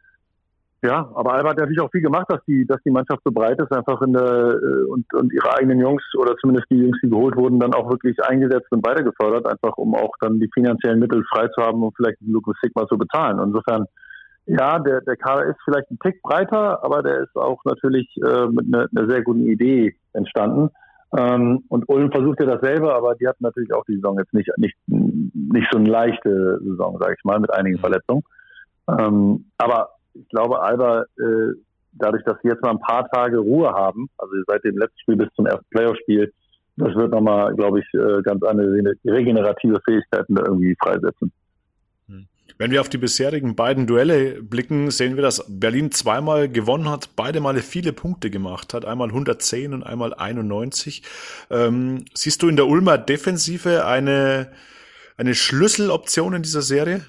ja, aber Alba hat natürlich auch viel gemacht, dass die, dass die Mannschaft so breit ist, einfach in der und, und ihre eigenen Jungs oder zumindest die Jungs, die geholt wurden, dann auch wirklich eingesetzt und weitergefördert, einfach um auch dann die finanziellen Mittel frei zu haben, um vielleicht den Lucas Sigma zu bezahlen. Insofern, ja, der, der Kader ist vielleicht ein Tick breiter, aber der ist auch natürlich äh, mit einer eine sehr guten Idee entstanden. Ähm, und Ulm versucht ja dasselbe, aber die hatten natürlich auch die Saison jetzt nicht, nicht, nicht so eine leichte Saison, sage ich mal, mit einigen Verletzungen. Ähm, aber ich glaube, Alba, äh, dadurch, dass sie jetzt mal ein paar Tage Ruhe haben, also seit dem letzten Spiel bis zum ersten Playoff-Spiel, das wird nochmal, glaube ich, äh, ganz andere regenerative Fähigkeiten da irgendwie freisetzen. Wenn wir auf die bisherigen beiden Duelle blicken, sehen wir, dass Berlin zweimal gewonnen hat, beide Male viele Punkte gemacht hat, einmal hundertzehn und einmal einundneunzig. Ähm, siehst du in der Ulmer Defensive eine, eine Schlüsseloption in dieser Serie?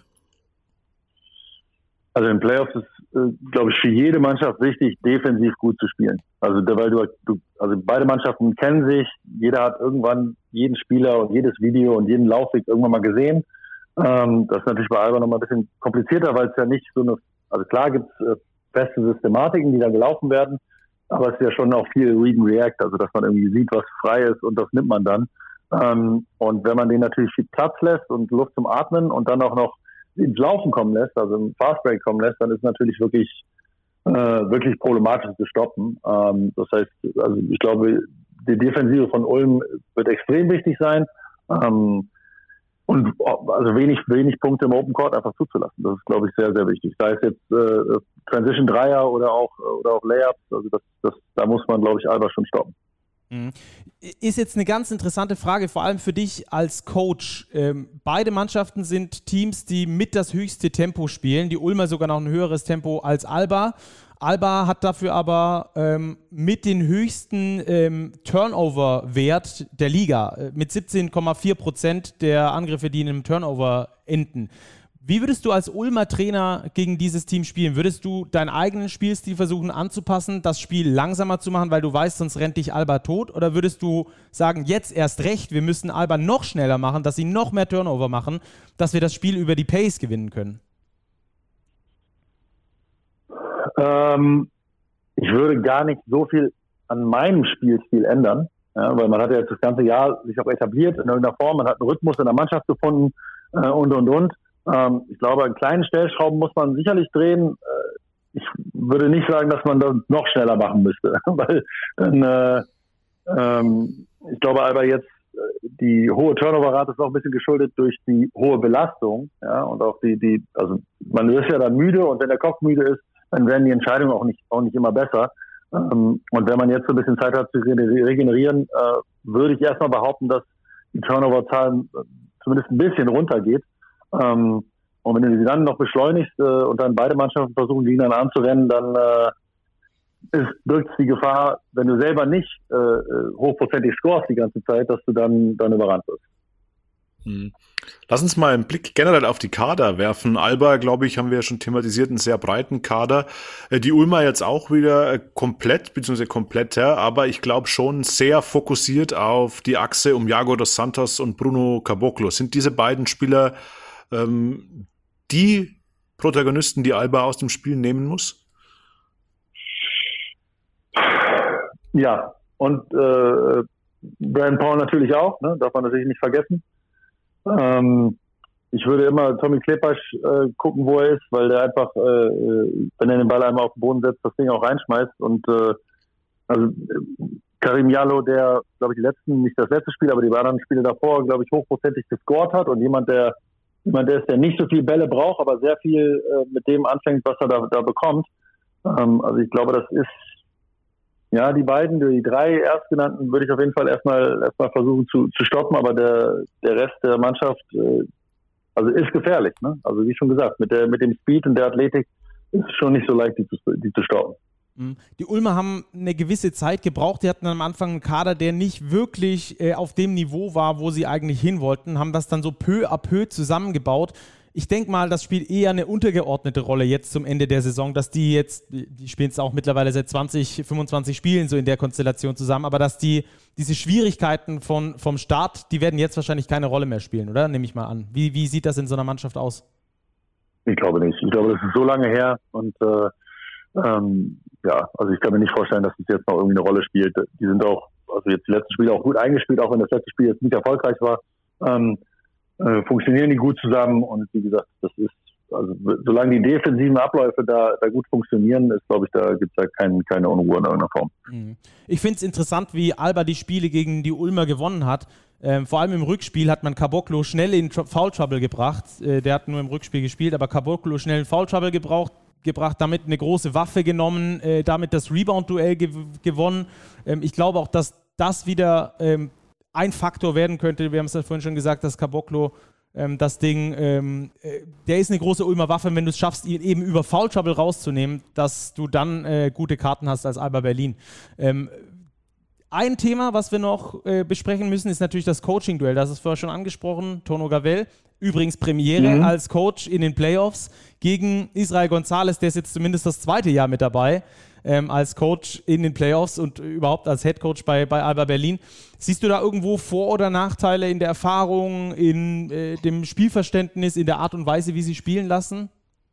Also in Playoffs ist, äh, glaube ich, für jede Mannschaft wichtig, defensiv gut zu spielen. Also weil du, du, also beide Mannschaften kennen sich, jeder hat irgendwann jeden Spieler und jedes Video und jeden Laufweg irgendwann mal gesehen. Ähm, das ist natürlich bei Alba nochmal ein bisschen komplizierter, weil es ja nicht so eine, also klar gibt es äh, feste Systematiken, die da gelaufen werden, aber es ist ja schon auch viel Read and React, also dass man irgendwie sieht, was frei ist und das nimmt man dann. Ähm, und wenn man denen natürlich viel Platz lässt und Luft zum Atmen und dann auch noch ins Laufen kommen lässt, also im Fastbreak kommen lässt, dann ist natürlich wirklich äh, wirklich problematisch zu stoppen. Ähm, das heißt, also ich glaube, die Defensive von Ulm wird extrem wichtig sein. Ähm, und also wenig, wenig Punkte im Open Court einfach zuzulassen. Das ist, glaube ich, sehr, sehr wichtig. Sei es jetzt äh, Transition Dreier oder auch oder auch Layups, also das, das, da muss man, glaube ich, Alba schon stoppen. Ist jetzt eine ganz interessante Frage, vor allem für dich als Coach. Ähm, beide Mannschaften sind Teams, die mit das höchste Tempo spielen. Die Ulmer sogar noch ein höheres Tempo als Alba. Alba hat dafür aber ähm, mit den höchsten ähm, Turnover-Wert der Liga, äh, mit siebzehn Komma vier Prozent der Angriffe, die in einem Turnover enden. Wie würdest du als Ulmer Trainer gegen dieses Team spielen? Würdest du deinen eigenen Spielstil versuchen anzupassen, das Spiel langsamer zu machen, weil du weißt, sonst rennt dich Alba tot? Oder würdest du sagen, jetzt erst recht, wir müssen Alba noch schneller machen, dass sie noch mehr Turnover machen, dass wir das Spiel über die Pace gewinnen können? Ähm, ich würde gar nicht so viel an meinem Spielstil ändern, ja, weil man hat ja jetzt das ganze Jahr sich auch etabliert in irgendeiner Form, man hat einen Rhythmus in der Mannschaft gefunden äh, und, und, und. Ähm, ich glaube, an kleinen Stellschrauben muss man sicherlich drehen. Äh, ich würde nicht sagen, dass man das noch schneller machen müsste, weil äh, ähm, ich glaube aber jetzt, die hohe Turnover-Rate ist auch ein bisschen geschuldet durch die hohe Belastung, ja, und auch die, die, also man ist ja dann müde und wenn der Kopf müde ist, dann werden die Entscheidungen auch nicht, auch nicht immer besser. Ähm, und wenn man jetzt so ein bisschen Zeit hat zu regenerieren, äh, würde ich erstmal behaupten, dass die Turnover-Zahlen zumindest ein bisschen runtergeht. Ähm, und wenn du sie dann noch beschleunigst äh, und dann beide Mannschaften versuchen, gegeneinander anzurennen, dann äh, ist, birgt es die Gefahr, wenn du selber nicht äh, hochprozentig scorest die ganze Zeit, dass du dann, dann überrannt wirst. Hm. Lass uns mal einen Blick generell auf die Kader werfen. Alba, glaube ich, haben wir ja schon thematisiert, einen sehr breiten Kader. Die Ulmer jetzt auch wieder komplett, beziehungsweise kompletter, aber ich glaube schon sehr fokussiert auf die Achse um Yago dos Santos und Bruno Caboclo. Sind diese beiden Spieler ähm, die Protagonisten, die Alba aus dem Spiel nehmen muss? Ja, und äh, Brandon Paul natürlich auch, ne? Darf man natürlich nicht vergessen. Ähm, ich würde immer Tommy Klepasch äh, gucken, wo er ist, weil der einfach, äh, wenn er den Ball einmal auf den Boden setzt, das Ding auch reinschmeißt. Und äh, also Karim Jallo, der, glaube ich, die letzten, nicht das letzte Spiel, aber die anderen Spiele davor, glaube ich, hochprozentig gescored hat und jemand, der jemand, der ist, der nicht so viel Bälle braucht, aber sehr viel äh, mit dem anfängt, was er da, da bekommt. Ähm, also ich glaube, das ist ja, die beiden, die drei Erstgenannten würde ich auf jeden Fall erstmal erstmal versuchen zu, zu stoppen, aber der der Rest der Mannschaft äh, also ist gefährlich, ne? Also wie schon gesagt, mit der mit dem Speed und der Athletik ist es schon nicht so leicht, die zu, die zu stoppen. Die Ulmer haben eine gewisse Zeit gebraucht. Die hatten am Anfang einen Kader, der nicht wirklich äh, auf dem Niveau war, wo sie eigentlich hin wollten, haben das dann so peu à peu zusammengebaut. Ich denke mal, das spielt eher eine untergeordnete Rolle jetzt zum Ende der Saison, dass die jetzt, die spielen es auch mittlerweile seit zwanzig, fünfundzwanzig Spielen so in der Konstellation zusammen, aber dass die diese Schwierigkeiten von, vom Start, die werden jetzt wahrscheinlich keine Rolle mehr spielen, oder? Nehme ich mal an. Wie, wie sieht das in so einer Mannschaft aus? Ich glaube nicht. Ich glaube, das ist so lange her und äh, ähm, ja, also ich kann mir nicht vorstellen, dass es jetzt noch irgendwie eine Rolle spielt. Die sind auch, also jetzt die letzten Spiele auch gut eingespielt, auch wenn das letzte Spiel jetzt nicht erfolgreich war. Ähm, Äh, funktionieren die gut zusammen und wie gesagt, das ist, also solange die defensiven Abläufe da, da gut funktionieren, ist, glaube ich, da gibt es da kein, keine Unruhe in irgendeiner Form. Ich finde es interessant, wie Alba die Spiele gegen die Ulmer gewonnen hat. Ähm, vor allem im Rückspiel hat man Caboclo schnell in Tr- Foul Trouble gebracht. Äh, der hat nur im Rückspiel gespielt, aber Caboclo schnell in Foul Trouble gebraucht, gebracht, damit eine große Waffe genommen, äh, damit das Rebound-Duell gew- gewonnen. Ähm, ich glaube auch, dass das wieder ähm, ein Faktor werden könnte. Wir haben es ja vorhin schon gesagt, dass Caboclo ähm, das Ding, ähm, äh, der ist eine große Ulmer Waffe, wenn du es schaffst, ihn eben über Foul Trouble rauszunehmen, dass du dann äh, gute Karten hast als Alba Berlin. Ähm, ein Thema, was wir noch äh, besprechen müssen, ist natürlich das Coaching-Duell. Das ist vorher schon angesprochen. Tono Gavel, übrigens Premiere mhm. als Coach in den Playoffs gegen Israel Gonzalez, der ist jetzt zumindest das zweite Jahr mit dabei. Ähm, als Coach in den Playoffs und überhaupt als Headcoach bei, bei Alba Berlin. Siehst du da irgendwo Vor- oder Nachteile in der Erfahrung, in äh, dem Spielverständnis, in der Art und Weise, wie sie spielen lassen?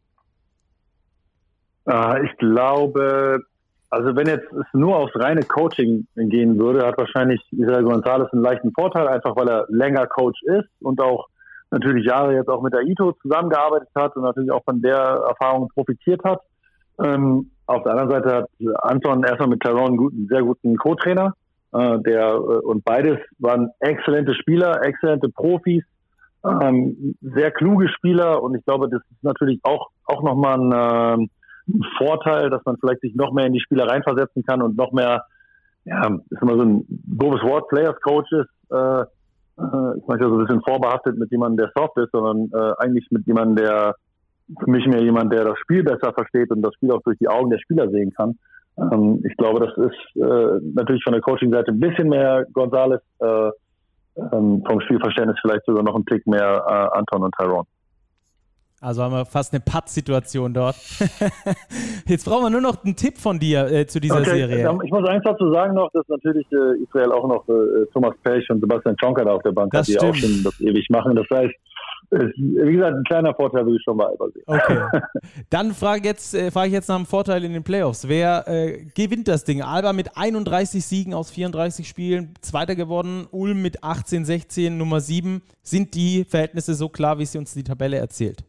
Äh, ich glaube, also wenn jetzt es nur aufs reine Coaching gehen würde, hat wahrscheinlich Israel Gonzalez einen leichten Vorteil, einfach weil er länger Coach ist und auch natürlich Jahre jetzt auch mit der Ito zusammengearbeitet hat und natürlich auch von der Erfahrung profitiert hat. Ähm, Auf der anderen Seite hat Anton erstmal mit Tyrone einen, guten, sehr guten Co-Trainer, äh, der äh, und beides waren exzellente Spieler, exzellente Profis, ähm, sehr kluge Spieler und ich glaube, das ist natürlich auch, auch nochmal ein, äh, ein Vorteil, dass man vielleicht sich noch mehr in die Spieler reinversetzen kann und noch mehr, ja, ist immer so ein doofes Wort, Players Coaches, äh, ist manchmal so ein bisschen vorbehaftet mit jemandem, der soft ist, sondern äh, eigentlich mit jemandem, der für mich mehr jemand, der das Spiel besser versteht und das Spiel auch durch die Augen der Spieler sehen kann. Ähm, ich glaube, das ist äh, natürlich von der Coaching-Seite ein bisschen mehr González, äh, ähm, vom Spielverständnis vielleicht sogar noch ein Tick mehr äh, Anton und Tyrone. Also haben wir fast eine Patt-Situation dort. Jetzt brauchen wir nur noch einen Tipp von dir äh, zu dieser okay, Serie. Ich muss eins dazu sagen noch, dass natürlich äh, Israel auch noch äh, Thomas Pech und Sebastian Schonker da auf der Bank das hat, die stimmt. auch schon das ewig machen. Das heißt, ist, wie gesagt, ein kleiner Vorteil würde ich schon bei Alba sehen. Okay. Dann frage jetzt, äh, frage ich jetzt nach dem Vorteil in den Playoffs. Wer äh, gewinnt das Ding? Alba mit einunddreißig Siegen aus vierunddreißig Spielen, Zweiter geworden. Ulm mit achtzehn sechzehn, Nummer sieben. Sind die Verhältnisse so klar, wie sie uns die Tabelle erzählt?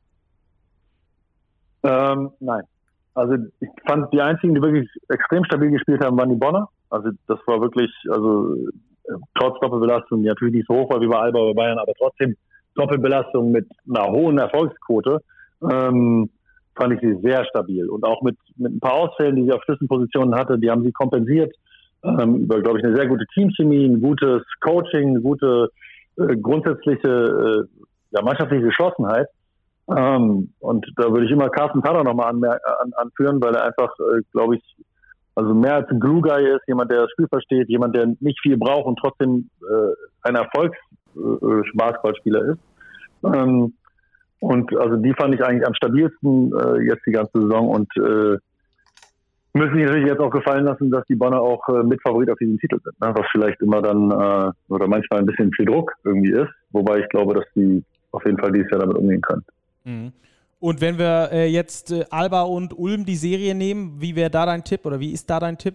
Ähm, nein. Also ich fand, die einzigen, die wirklich extrem stabil gespielt haben, waren die Bonner. Also das war wirklich, also trotz Doppelbelastung, die natürlich nicht so hoch war wie bei Alba oder Bayern, aber trotzdem Doppelbelastung mit einer hohen Erfolgsquote, ähm, fand ich sie sehr stabil. Und auch mit, mit ein paar Ausfällen, die sie auf Schlüsselpositionen hatte, die haben sie kompensiert ähm, über, glaube ich, eine sehr gute Teamchemie, ein gutes Coaching, eine gute äh, grundsätzliche äh, ja, mannschaftliche Geschlossenheit. Ähm, und da würde ich immer Carsten Tada nochmal an, an, anführen, weil er einfach, äh, glaube ich, also mehr als ein Glue-Guy ist, jemand, der das Spiel versteht, jemand, der nicht viel braucht und trotzdem äh, ein Erfolgs-Basketballspieler äh, ist. Ähm, und also die fand ich eigentlich am stabilsten äh, jetzt die ganze Saison und äh, müssen sich natürlich jetzt auch gefallen lassen, dass die Bonner auch äh, Mitfavorit auf diesen Titel sind, ne? Was vielleicht immer dann äh, oder manchmal ein bisschen viel Druck irgendwie ist, wobei ich glaube, dass die auf jeden Fall dieses Jahr damit umgehen können. Und wenn wir äh, jetzt äh, Alba und Ulm die Serie nehmen, wie wäre da dein Tipp oder wie ist da dein Tipp?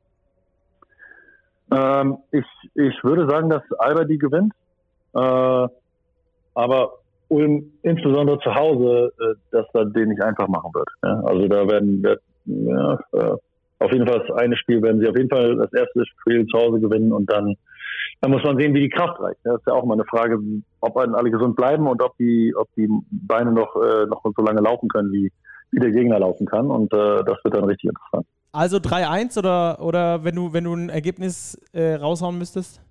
Ähm, ich, ich würde sagen, dass Alba die gewinnt, äh, aber Ulm insbesondere zu Hause, äh, dass er den nicht einfach machen wird. Ja? Also da werden, wird, ja, äh, auf jeden Fall das eine Spiel werden sie auf jeden Fall das erste Spiel zu Hause gewinnen und dann Da muss man sehen, wie die Kraft reicht. Das ist ja auch mal eine Frage, ob alle gesund bleiben und ob die, ob die Beine noch, äh, noch so lange laufen können, wie, wie der Gegner laufen kann. Und äh, das wird dann richtig interessant. Also drei eins oder, oder wenn du, wenn du ein Ergebnis äh, raushauen müsstest?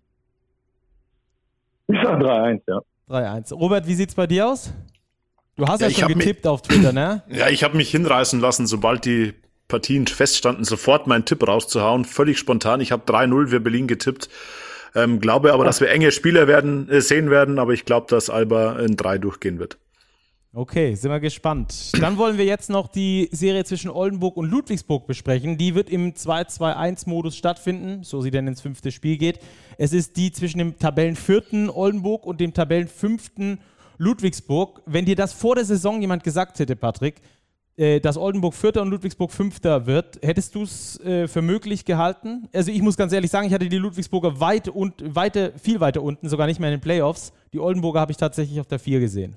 Ich sage drei eins, ja. drei eins. Robert, wie sieht's bei dir aus? Du hast ja, ja schon getippt mich, auf Twitter, ne? Ja, ich habe mich hinreißen lassen, sobald die Partien feststanden, sofort meinen Tipp rauszuhauen. Völlig spontan. Ich habe drei null für Berlin getippt. Ähm, glaube aber, dass wir enge Spieler werden, äh, sehen werden, aber ich glaube, dass Alba in drei durchgehen wird. Okay, sind wir gespannt. Dann wollen wir jetzt noch die Serie zwischen Oldenburg und Ludwigsburg besprechen. Die wird im zwei zwei eins Modus stattfinden, so sie denn ins fünfte Spiel geht. Es ist die zwischen dem Tabellenvierten Oldenburg und dem Tabellenfünften Ludwigsburg. Wenn dir das vor der Saison jemand gesagt hätte, Patrick, dass Oldenburg Vierter und Ludwigsburg Fünfter wird, hättest du es äh, für möglich gehalten? Also ich muss ganz ehrlich sagen, ich hatte die Ludwigsburger weit und weite, viel weiter unten, sogar nicht mehr in den Playoffs. Die Oldenburger habe ich tatsächlich auf der vier gesehen.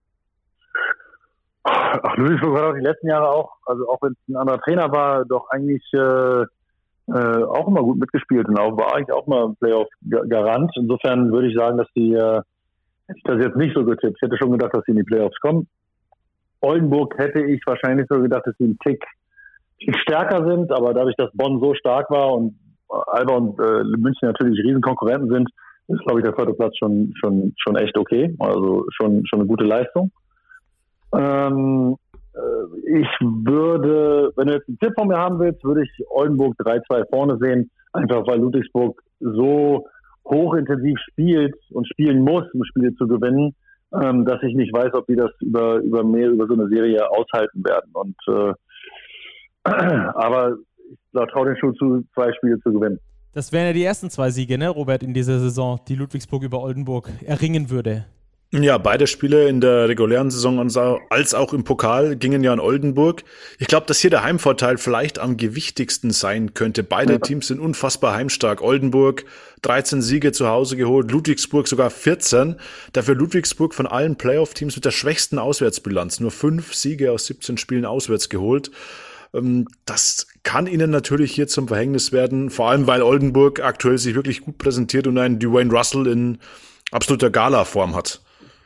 Ach, Ludwigsburg hat auch die letzten Jahre auch, also auch wenn es ein anderer Trainer war, doch eigentlich äh, äh, auch immer gut mitgespielt und auch, war eigentlich auch mal Playoff-Garant. Insofern würde ich sagen, dass die, äh, hätte ich das jetzt nicht so getippt. Ich hätte schon gedacht, dass sie in die Playoffs kommen. Oldenburg hätte ich wahrscheinlich so gedacht, dass sie ein Tick, Tick stärker sind, aber dadurch, dass Bonn so stark war und Alba und äh, München natürlich Riesenkonkurrenten sind, ist, glaube ich, der vierte Platz schon, schon, schon echt okay. Also schon, schon eine gute Leistung. Ähm, äh, ich würde, wenn du jetzt einen Tipp von mir haben willst, würde ich Oldenburg drei zwei vorne sehen, einfach weil Ludwigsburg so hochintensiv spielt und spielen muss, um Spiele zu gewinnen, Ähm, dass ich nicht weiß, ob die das über, über mehr, über so eine Serie aushalten werden. Und äh, aber ich traue den Schuh zu, zwei Spiele zu gewinnen. Das wären ja die ersten zwei Siege, ne, Robert, in dieser Saison, die Ludwigsburg über Oldenburg erringen würde. Ja, beide Spiele in der regulären Saison als auch im Pokal gingen ja an Oldenburg. Ich glaube, dass hier der Heimvorteil vielleicht am gewichtigsten sein könnte. Beide ja. Teams sind unfassbar heimstark. Oldenburg dreizehn Siege zu Hause geholt, Ludwigsburg sogar vierzehn. Dafür Ludwigsburg von allen Playoff-Teams mit der schwächsten Auswärtsbilanz. Nur fünf Siege aus siebzehn Spielen auswärts geholt. Das kann ihnen natürlich hier zum Verhängnis werden. Vor allem, weil Oldenburg aktuell sich wirklich gut präsentiert und einen Dwayne Russell in absoluter Gala-Form hat.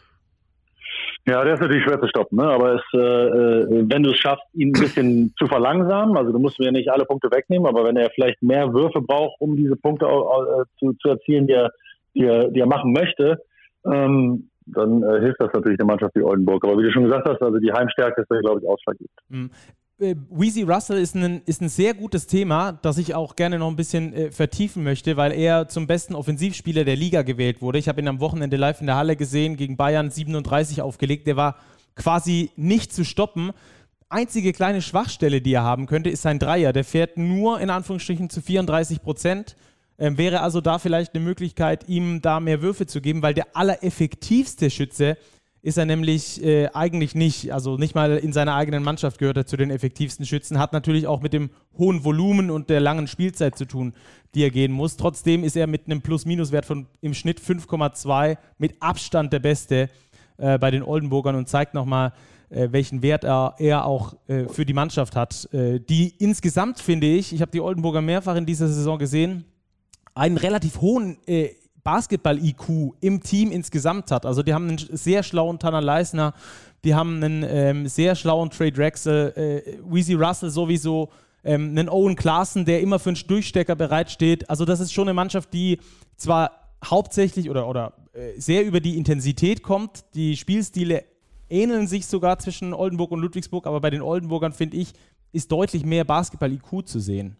Ja, der ist natürlich schwer zu stoppen, ne? Aber es, äh, wenn du es schaffst, ihn ein bisschen zu verlangsamen, also du musst mir nicht alle Punkte wegnehmen, aber wenn er vielleicht mehr Würfe braucht, um diese Punkte äh, zu, zu erzielen, die er, die, er, die er machen möchte, ähm, dann äh, hilft das natürlich der Mannschaft wie Oldenburg. Aber wie du schon gesagt hast, also die Heimstärke ist da, glaube ich, ausschlaggebend. Mhm. Weezy Russell ist ein, ist ein sehr gutes Thema, das ich auch gerne noch ein bisschen äh, vertiefen möchte, weil er zum besten Offensivspieler der Liga gewählt wurde. Ich habe ihn am Wochenende live in der Halle gesehen, gegen Bayern siebenunddreißig aufgelegt. Der war quasi nicht zu stoppen. Einzige kleine Schwachstelle, die er haben könnte, ist sein Dreier. Der fährt nur in Anführungsstrichen zu vierunddreißig Prozent. Ähm, wäre also da vielleicht eine Möglichkeit, ihm da mehr Würfe zu geben, weil der allereffektivste Schütze ist er nämlich äh, eigentlich nicht, also nicht mal in seiner eigenen Mannschaft gehört er zu den effektivsten Schützen, hat natürlich auch mit dem hohen Volumen und der langen Spielzeit zu tun, die er gehen muss. Trotzdem ist er mit einem Plus-Minus-Wert von im Schnitt fünf Komma zwei mit Abstand der Beste äh, bei den Oldenburgern und zeigt nochmal, äh, welchen Wert er, er auch äh, für die Mannschaft hat. Äh, die insgesamt, finde ich, ich habe die Oldenburger mehrfach in dieser Saison gesehen, einen relativ hohen äh, Basketball-I Q im Team insgesamt hat. Also die haben einen sehr schlauen Tanner Leisner, die haben einen ähm, sehr schlauen Trey Drexel, äh, Weezy Russell sowieso, ähm, einen Owen Klaassen, der immer für einen Durchstecker bereitsteht. Also das ist schon eine Mannschaft, die zwar hauptsächlich oder, oder äh, sehr über die Intensität kommt, die Spielstile ähneln sich sogar zwischen Oldenburg und Ludwigsburg, aber bei den Oldenburgern, finde ich, ist deutlich mehr Basketball-I Q zu sehen.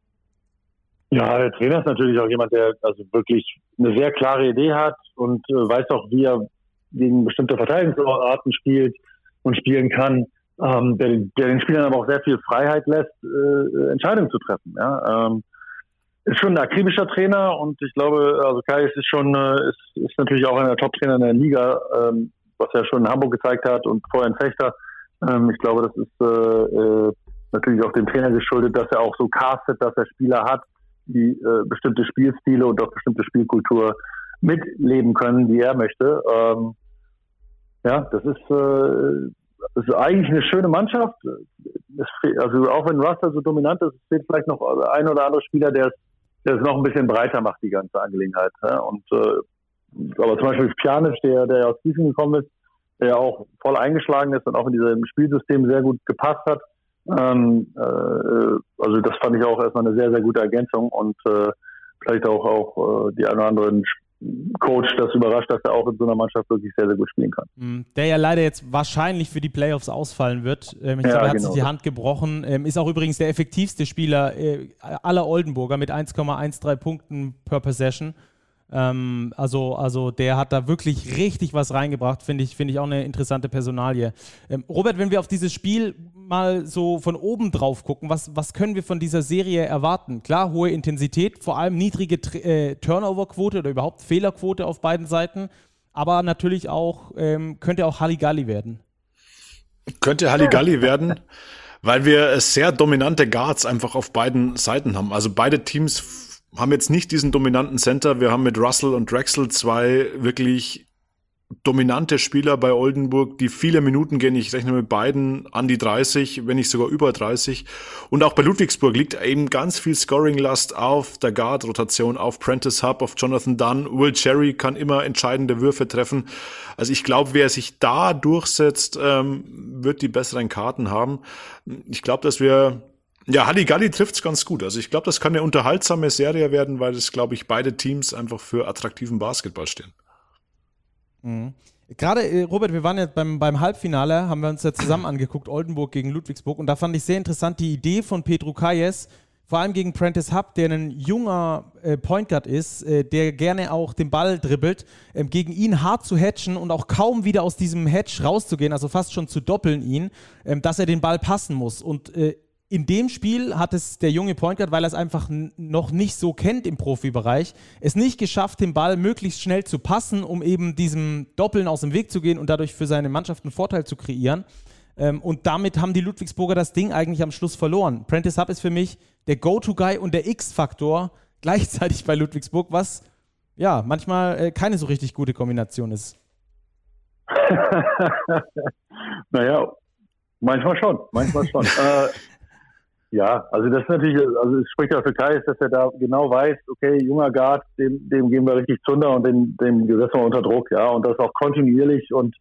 Ja, der Trainer ist natürlich auch jemand, der also wirklich eine sehr klare Idee hat und äh, weiß auch, wie er gegen bestimmte Verteidigungsarten spielt und spielen kann, ähm, der, der den Spielern aber auch sehr viel Freiheit lässt, äh, Entscheidungen zu treffen. Ja? Ähm, ist schon ein akribischer Trainer und ich glaube, also Kai ist schon äh, ist, ist natürlich auch einer der Top-Trainer in der Liga, ähm, was er schon in Hamburg gezeigt hat und vorher in Fechter. Ähm, ich glaube, das ist äh, äh, natürlich auch dem Trainer geschuldet, dass er auch so castet, dass er Spieler hat, die äh, bestimmte Spielstile und auch bestimmte Spielkultur mitleben können, die er möchte. Ähm, ja, das ist, äh, das ist eigentlich eine schöne Mannschaft. Es fehlt, also auch wenn Russell so dominant ist, es fehlt vielleicht noch ein oder andere Spieler, der es, der es noch ein bisschen breiter macht, die ganze Angelegenheit. Ja? Und äh, aber zum Beispiel Pjanic, der, der aus Gießen gekommen ist, der auch voll eingeschlagen ist und auch in diesem Spielsystem sehr gut gepasst hat. Ähm, äh, also das fand ich auch erstmal eine sehr, sehr gute Ergänzung und äh, vielleicht auch, auch äh, die einen oder anderen Coach das überrascht, dass er auch in so einer Mannschaft wirklich sehr, sehr gut spielen kann. Der ja leider jetzt wahrscheinlich für die Playoffs ausfallen wird. Ähm, ich ja, glaube, er hat genau. sich die Hand gebrochen. Ähm, ist auch übrigens der effektivste Spieler äh, aller Oldenburger mit eins Komma dreizehn Punkten per Possession. Ähm, also, also der hat da wirklich richtig was reingebracht, finde ich, finde ich auch eine interessante Personalie. Ähm, Robert, wenn wir auf dieses Spiel mal so von oben drauf gucken, was, was können wir von dieser Serie erwarten? Klar, hohe Intensität, vor allem niedrige äh, Turnover-Quote oder überhaupt Fehlerquote auf beiden Seiten, aber natürlich auch, ähm, könnte auch Halligalli werden. Könnte Halligalli werden, weil wir sehr dominante Guards einfach auf beiden Seiten haben. Also beide Teams haben jetzt nicht diesen dominanten Center. Wir haben mit Russell und Drexel zwei wirklich dominante Spieler bei Oldenburg, die viele Minuten gehen. Ich rechne mit beiden an die dreißig, wenn nicht sogar über dreißig. Und auch bei Ludwigsburg liegt eben ganz viel Scoring-Last auf der Guard-Rotation, auf Prentice Hub, auf Jonathan Dunn. Will Cherry kann immer entscheidende Würfe treffen. Also ich glaube, wer sich da durchsetzt, ähm, wird die besseren Karten haben. Ich glaube, dass wir Ja, Halligalli trifft's ganz gut. Also ich glaube, das kann eine unterhaltsame Serie werden, weil es, glaube ich, beide Teams einfach für attraktiven Basketball stehen. Mhm. Gerade, äh, Robert, wir waren ja beim, beim Halbfinale, haben wir uns ja zusammen angeguckt, Oldenburg gegen Ludwigsburg, und da fand ich sehr interessant die Idee von Pedro Kayes, vor allem gegen Prentice Hub, der ein junger äh, Point Guard ist, äh, der gerne auch den Ball dribbelt, äh, gegen ihn hart zu hatchen und auch kaum wieder aus diesem Hatch rauszugehen, also fast schon zu doppeln ihn, äh, dass er den Ball passen muss. Und äh, in dem Spiel hat es der junge Point Guard, weil er es einfach n- noch nicht so kennt im Profibereich, es nicht geschafft, den Ball möglichst schnell zu passen, um eben diesem Doppeln aus dem Weg zu gehen und dadurch für seine Mannschaft einen Vorteil zu kreieren. Ähm, und damit haben die Ludwigsburger das Ding eigentlich am Schluss verloren. Prentice Hub ist für mich der Go-To-Guy und der X-Faktor gleichzeitig bei Ludwigsburg, was ja manchmal äh, keine so richtig gute Kombination ist. Naja, manchmal schon, manchmal schon. äh, Ja, also das ist natürlich, also es spricht ja für Kai, dass er da genau weiß, okay, junger Guard, dem, dem geben wir richtig Zunder und dem, dem setzen wir unter Druck, ja, und das auch kontinuierlich und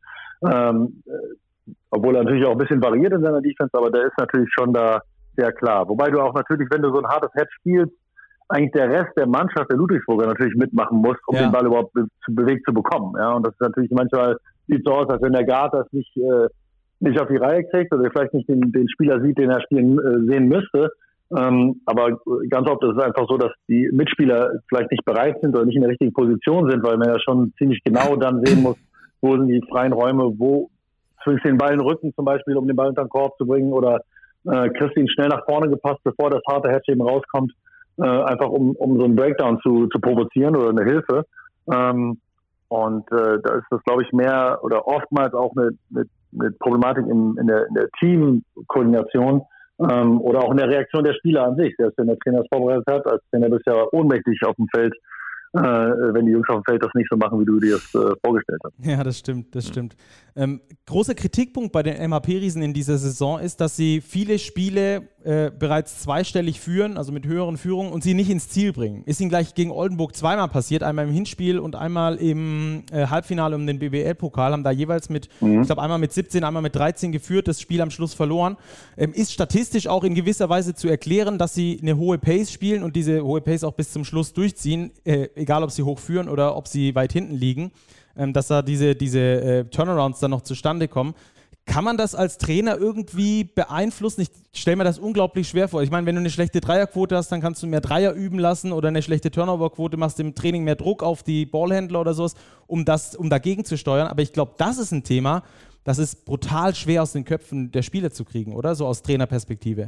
Ähm, obwohl er natürlich auch ein bisschen variiert in seiner Defense, aber der ist natürlich schon da sehr klar. Wobei du auch natürlich, wenn du so ein hartes Head spielst, eigentlich der Rest der Mannschaft der Ludwigsburger natürlich mitmachen muss, um ja. den Ball überhaupt be- zu bewegt zu bekommen. Ja, und das ist natürlich manchmal, sieht so aus, als wenn der Guard das nicht, äh, nicht auf die Reihe kriegt oder vielleicht nicht den, den Spieler sieht, den er spielen äh, sehen müsste. Ähm, aber ganz oft ist es einfach so, dass die Mitspieler vielleicht nicht bereit sind oder nicht in der richtigen Position sind, weil man ja schon ziemlich genau dann sehen muss, wo sind die freien Räume, wo zwingst den Ball in den Rücken zum Beispiel, um den Ball unter den Korb zu bringen, oder äh, kriegst ihn schnell nach vorne gepasst, bevor das harte Hedge eben rauskommt, äh, einfach um, um so einen Breakdown zu, zu provozieren oder eine Hilfe. Ähm, und äh, da ist das, glaube ich, mehr oder oftmals auch eine, eine, eine Problematik in, in, der, in der Teamkoordination ähm, oder auch in der Reaktion der Spieler an sich. Selbst wenn der Trainer es vorbereitet hat, als Trainer bist du ja ohnmächtig auf dem Feld, äh, wenn die Jungs auf dem Feld das nicht so machen, wie du dir das äh, vorgestellt hast. Ja, das stimmt, das stimmt. Ähm, großer Kritikpunkt bei den M H P-Riesen in dieser Saison ist, dass sie viele Spiele äh, bereits zweistellig führen, also mit höheren Führungen, und sie nicht ins Ziel bringen. Ist ihnen gleich gegen Oldenburg zweimal passiert, einmal im Hinspiel und einmal im äh, Halbfinale um den B B L-Pokal, haben da jeweils mit, mhm. ich glaube einmal mit siebzehn, einmal mit dreizehn geführt, das Spiel am Schluss verloren. Ähm, ist statistisch auch in gewisser Weise zu erklären, dass sie eine hohe Pace spielen und diese hohe Pace auch bis zum Schluss durchziehen, äh, egal ob sie hoch führen oder ob sie weit hinten liegen. Dass da diese, diese äh, Turnarounds dann noch zustande kommen. Kann man das als Trainer irgendwie beeinflussen? Ich stelle mir das unglaublich schwer vor. Ich meine, wenn du eine schlechte Dreierquote hast, dann kannst du mehr Dreier üben lassen oder eine schlechte Turnoverquote, machst im Training mehr Druck auf die Ballhändler oder sowas, um, das, um dagegen zu steuern. Aber ich glaube, das ist ein Thema, das ist brutal schwer aus den Köpfen der Spieler zu kriegen, oder? So aus Trainerperspektive.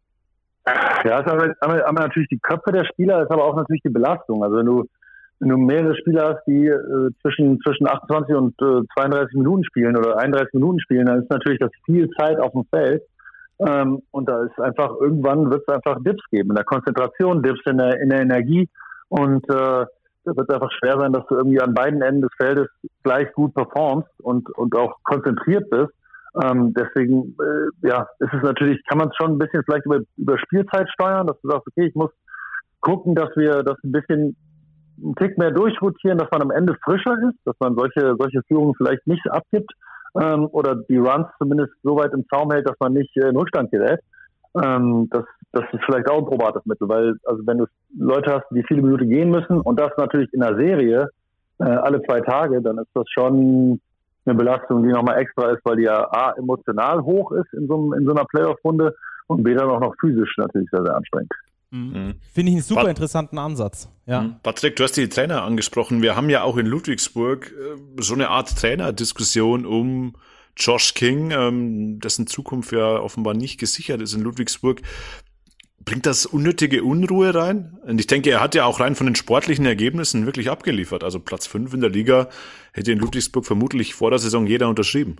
Ja, es ist aber, aber natürlich die Köpfe der Spieler, ist aber auch natürlich die Belastung. Also wenn du Wenn du mehrere Spieler hast, die äh, zwischen, zwischen achtundzwanzig und äh, zweiunddreißig Minuten spielen oder einunddreißig Minuten spielen, dann ist natürlich das viel Zeit auf dem Feld. Ähm, und da ist einfach, irgendwann wird es einfach Dips geben. In der Konzentration, Dips in der, in der Energie. Und äh, da wird es einfach schwer sein, dass du irgendwie an beiden Enden des Feldes gleich gut performst und, und auch konzentriert bist. Ähm, deswegen, äh, ja, ist es natürlich, kann man es schon ein bisschen vielleicht über, über Spielzeit steuern, dass du sagst, okay, ich muss gucken, dass wir das ein bisschen einen Tick mehr durchrotieren, dass man am Ende frischer ist, dass man solche solche Führungen vielleicht nicht abgibt ähm, oder die Runs zumindest so weit im Zaum hält, dass man nicht äh, in Rückstand gerät. Ähm, das, das ist vielleicht auch ein probates Mittel, weil also wenn du Leute hast, die viele Minuten gehen müssen und das natürlich in einer Serie äh, alle zwei Tage, dann ist das schon eine Belastung, die nochmal extra ist, weil die ja A, emotional hoch ist in so, einem, in so einer Playoff-Runde und B, dann auch noch physisch natürlich sehr, sehr anstrengend. Mhm. Finde ich einen super interessanten Ansatz. Ja. Patrick, du hast die Trainer angesprochen. Wir haben ja auch in Ludwigsburg äh, so eine Art Trainerdiskussion um Josh King, ähm, dessen Zukunft ja offenbar nicht gesichert ist in Ludwigsburg. Bringt das unnötige Unruhe rein? Und ich denke, er hat ja auch rein von den sportlichen Ergebnissen wirklich abgeliefert. Also Platz fünf in der Liga hätte in Ludwigsburg vermutlich vor der Saison jeder unterschrieben.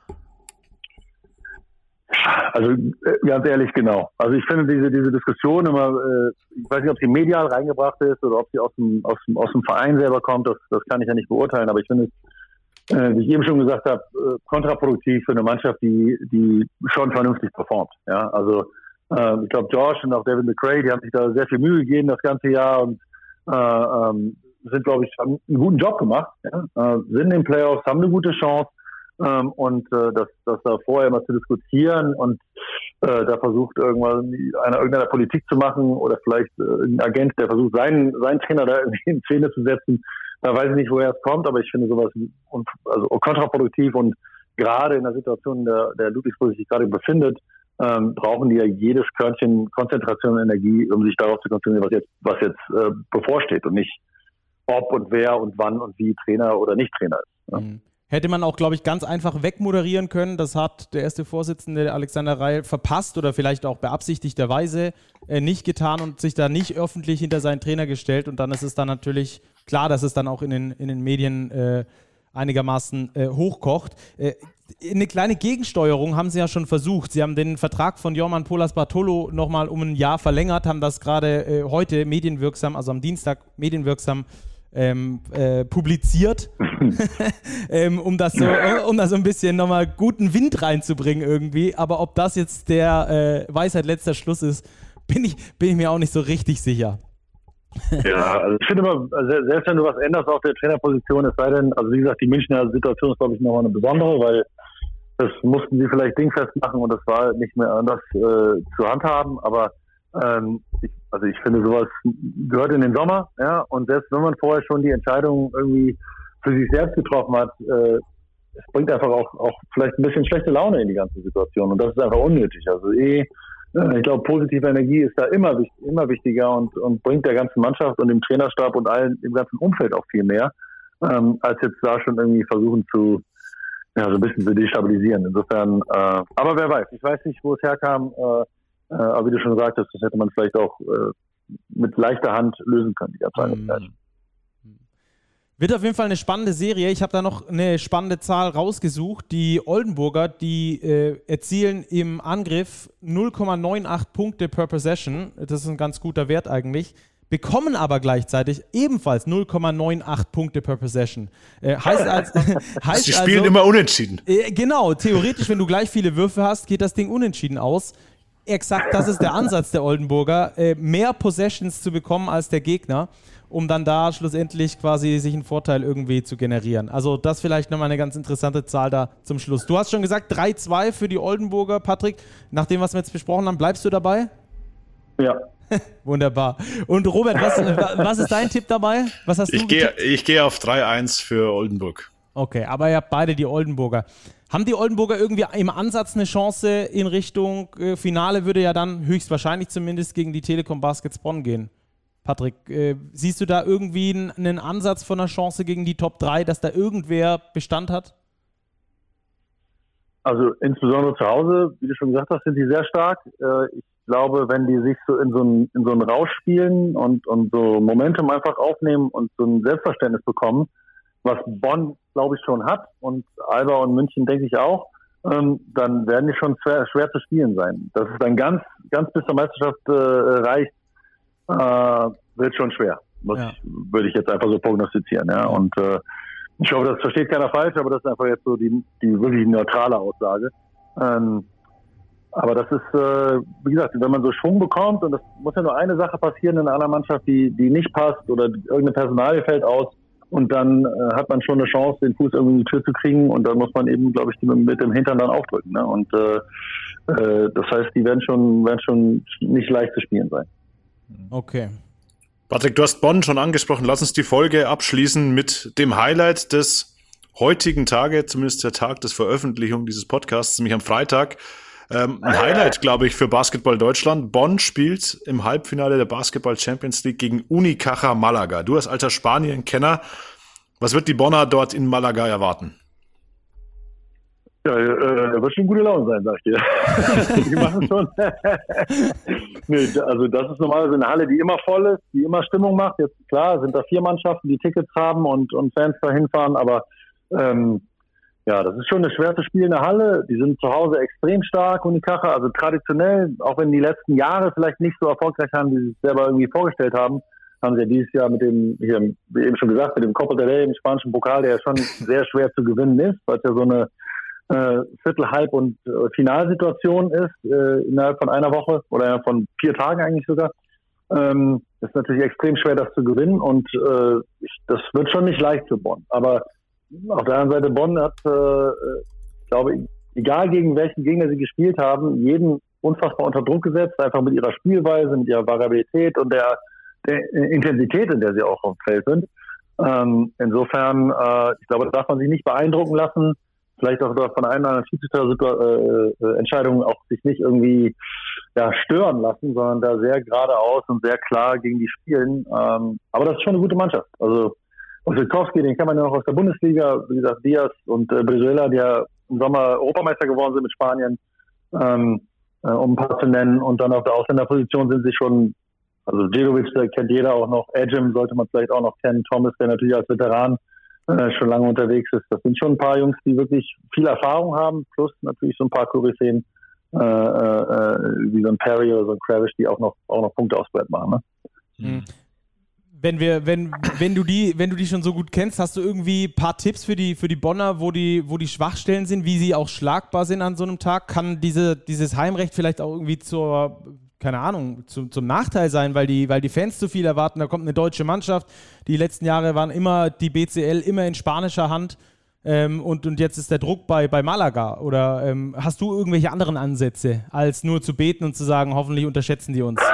Also ganz ehrlich, genau. Also ich finde diese diese Diskussion immer, äh, ich weiß nicht, ob sie medial reingebracht ist oder ob sie aus dem aus dem aus dem Verein selber kommt. Das das kann ich ja nicht beurteilen. Aber ich finde es, äh, wie ich eben schon gesagt habe, äh, kontraproduktiv für eine Mannschaft, die die schon vernünftig performt. Ja, also äh, ich glaube, Josh und auch David McRae, die haben sich da sehr viel Mühe gegeben das ganze Jahr und äh, ähm, sind, glaube ich, haben einen guten Job gemacht. Ja? Äh, sind in den Playoffs, haben eine gute Chance. Ähm, und äh, das, das da vorher mal zu diskutieren und äh, da versucht irgendwann einer irgendeiner Politik zu machen oder vielleicht äh, ein Agent, der versucht, seinen, seinen Trainer da irgendwie in Szene zu setzen, da weiß ich nicht, woher es kommt, aber ich finde sowas un- also kontraproduktiv und gerade in der Situation, der, der Ludwigsburg sich gerade befindet, ähm, brauchen die ja jedes Körnchen Konzentration und Energie, um sich darauf zu konzentrieren, was jetzt, was jetzt äh, bevorsteht und nicht ob und wer und wann und wie Trainer oder nicht Trainer ist. Ja. Mhm. Hätte man auch, glaube ich, ganz einfach wegmoderieren können. Das hat der erste Vorsitzende, Alexander Reil, verpasst oder vielleicht auch beabsichtigterweise äh, nicht getan und sich da nicht öffentlich hinter seinen Trainer gestellt. Und dann ist es dann natürlich klar, dass es dann auch in den, in den Medien äh, einigermaßen äh, hochkocht. Äh, eine kleine Gegensteuerung haben sie ja schon versucht. Sie haben den Vertrag von Jorman Polas Bartolo nochmal um ein Jahr verlängert, haben das gerade äh, heute medienwirksam, also am Dienstag medienwirksam Ähm, äh, publiziert, ähm, um, das so, um da so ein bisschen nochmal guten Wind reinzubringen irgendwie. Aber ob das jetzt der äh, Weisheit letzter Schluss ist, bin ich, bin ich mir auch nicht so richtig sicher. Ja, also ich finde immer, selbst wenn du was änderst auf der Trainerposition, es sei denn, also wie gesagt, die Münchner Situation ist, glaube ich, nochmal eine besondere, weil das mussten sie vielleicht dingfest machen und das war nicht mehr anders äh, zu handhaben, aber ähm, ich, also ich finde, sowas gehört in den Sommer, ja, und selbst wenn man vorher schon die Entscheidung irgendwie für sich selbst getroffen hat, äh, es bringt einfach auch, auch vielleicht ein bisschen schlechte Laune in die ganze Situation und das ist einfach unnötig. Also eh, ich glaube, positive Energie ist da immer, immer wichtiger und, und bringt der ganzen Mannschaft und dem Trainerstab und allen im ganzen Umfeld auch viel mehr, ähm, als jetzt da schon irgendwie versuchen zu, ja, so ein bisschen zu destabilisieren. Insofern, äh, aber wer weiß, ich weiß nicht, wo es herkam, äh, äh, aber wie du schon sagtest, das hätte man vielleicht auch äh, mit leichter Hand lösen können, die ganze Zeit. Mhm. Wird auf jeden Fall eine spannende Serie. Ich habe da noch eine spannende Zahl rausgesucht. Die Oldenburger, die äh, erzielen im Angriff null Komma neunundachtzig Punkte per Possession. Das ist ein ganz guter Wert eigentlich. Bekommen aber gleichzeitig ebenfalls null Komma neunundachtzig Punkte per Possession. Äh, heißt als, heißt Sie spielen also, immer unentschieden. Äh, genau, theoretisch, wenn du gleich viele Würfe hast, geht das Ding unentschieden aus. Exakt, das ist der Ansatz der Oldenburger, äh, mehr Possessions zu bekommen als der Gegner, um dann da schlussendlich quasi sich einen Vorteil irgendwie zu generieren. Also das vielleicht nochmal eine ganz interessante Zahl da zum Schluss. Du hast schon gesagt, drei zwei für die Oldenburger, Patrick. Nach dem, was wir jetzt besprochen haben, bleibst du dabei? Ja. Wunderbar. Und Robert, was, was ist dein Tipp dabei? Was hast du ich gehe Ich gehe auf drei eins für Oldenburg. Okay, aber ihr habt beide die Oldenburger. Haben die Oldenburger irgendwie im Ansatz eine Chance in Richtung äh, Finale? Würde ja dann höchstwahrscheinlich zumindest gegen die Telekom Baskets Bonn gehen. Patrick, äh, siehst du da irgendwie einen, einen Ansatz von einer Chance gegen die Top drei, dass da irgendwer Bestand hat? Also insbesondere zu Hause, wie du schon gesagt hast, sind die sehr stark. Äh, ich glaube, wenn die sich so in so einen, in so einen Rausch spielen und, und so Momentum einfach aufnehmen und so ein Selbstverständnis bekommen, was Bonn, glaube ich, schon hat und Alba und München, denke ich auch, ähm, dann werden die schon schwer, schwer zu spielen sein. Dass es dann ganz, ganz bis zur Meisterschaft äh, reicht, äh, wird schon schwer. Muss ja. ich, würde ich jetzt einfach so prognostizieren. Ja. Und äh, ich hoffe, das versteht keiner falsch, aber das ist einfach jetzt so die, die wirklich neutrale Aussage. Ähm, aber das ist, äh, wie gesagt, wenn man so Schwung bekommt und das muss ja nur eine Sache passieren in einer Mannschaft, die, die nicht passt oder irgendeine Personalie fällt aus, und dann äh, hat man schon eine Chance, den Fuß irgendwie in die Tür zu kriegen und dann muss man eben, glaube ich, die mit dem Hintern dann aufdrücken. Ne? Und äh, äh, das heißt, die werden schon, werden schon nicht leicht zu spielen sein. Okay. Patrick, du hast Bonn schon angesprochen. Lass uns die Folge abschließen mit dem Highlight des heutigen Tages, zumindest der Tag der Veröffentlichung dieses Podcasts, nämlich am Freitag. Ähm, ein Highlight, glaube ich, für Basketball Deutschland. Bonn spielt im Halbfinale der Basketball Champions League gegen Unicaja Malaga. Du als alter Spanien-Kenner, was wird die Bonner dort in Malaga erwarten? Ja, äh, wird schon gute Laune sein, sag ich dir. Die machen schon. Nee, also das ist normalerweise eine Halle, die immer voll ist, die immer Stimmung macht. Jetzt klar sind da vier Mannschaften, die Tickets haben und, und Fans dahin fahren, aber ähm, ja, das ist schon eine schwer zu spielende Halle. Die sind zu Hause extrem stark, Unicaja, also traditionell, auch wenn die letzten Jahre vielleicht nicht so erfolgreich haben, wie sie es selber irgendwie vorgestellt haben, haben sie ja dieses Jahr mit dem, hier, wie eben schon gesagt, mit dem Copa del Rey im spanischen Pokal, der ja schon sehr schwer zu gewinnen ist, weil es ja so eine äh, Viertel-, Halb- und äh, Finalsituation ist, äh, innerhalb von einer Woche oder innerhalb von vier Tagen eigentlich sogar. Ähm, das ist natürlich extrem schwer, das zu gewinnen und äh, ich, das wird schon nicht leicht für Bonn. Aber auf der anderen Seite, Bonn hat, äh, ich glaube, egal gegen welchen Gegner sie gespielt haben, jeden unfassbar unter Druck gesetzt, einfach mit ihrer Spielweise, mit ihrer Variabilität und der, der Intensität, in der sie auch auf dem Feld sind. Ähm, insofern, äh, ich glaube, da darf man sich nicht beeindrucken lassen, vielleicht auch von einer oder anderen Schiedsrichterentscheidung auch sich nicht irgendwie ja, stören lassen, sondern da sehr geradeaus und sehr klar gegen die spielen. Ähm, aber das ist schon eine gute Mannschaft. Also Osikowski, den kann man ja noch aus der Bundesliga, wie gesagt, Diaz und äh, Brizuela, die ja im Sommer Europameister geworden sind mit Spanien, ähm, äh, um ein paar zu nennen. Und dann auf der Ausländerposition sind sie schon, also Djedovic, der kennt jeder auch noch, Ejim sollte man vielleicht auch noch kennen, Thomas, der natürlich als Veteran äh, schon lange unterwegs ist. Das sind schon ein paar Jungs, die wirklich viel Erfahrung haben, plus natürlich so ein paar Koryphäen, äh, äh, wie so ein Perry oder so ein Kravish, die auch noch, auch noch Punkte aufs Brett machen. Ne? Mhm. Wenn wir, wenn, wenn du die, wenn du die schon so gut kennst, hast du irgendwie ein paar Tipps für die, für die Bonner, wo die, wo die Schwachstellen sind, wie sie auch schlagbar sind an so einem Tag? Kann diese, dieses Heimrecht vielleicht auch irgendwie zur, keine Ahnung, zum, zum Nachteil sein, weil die, weil die Fans zu viel erwarten. Da kommt eine deutsche Mannschaft. Die letzten Jahre waren immer die B C L immer in spanischer Hand. Ähm, und, und jetzt ist der Druck bei, bei Malaga. Oder ähm, hast du irgendwelche anderen Ansätze, als nur zu beten und zu sagen, hoffentlich unterschätzen die uns?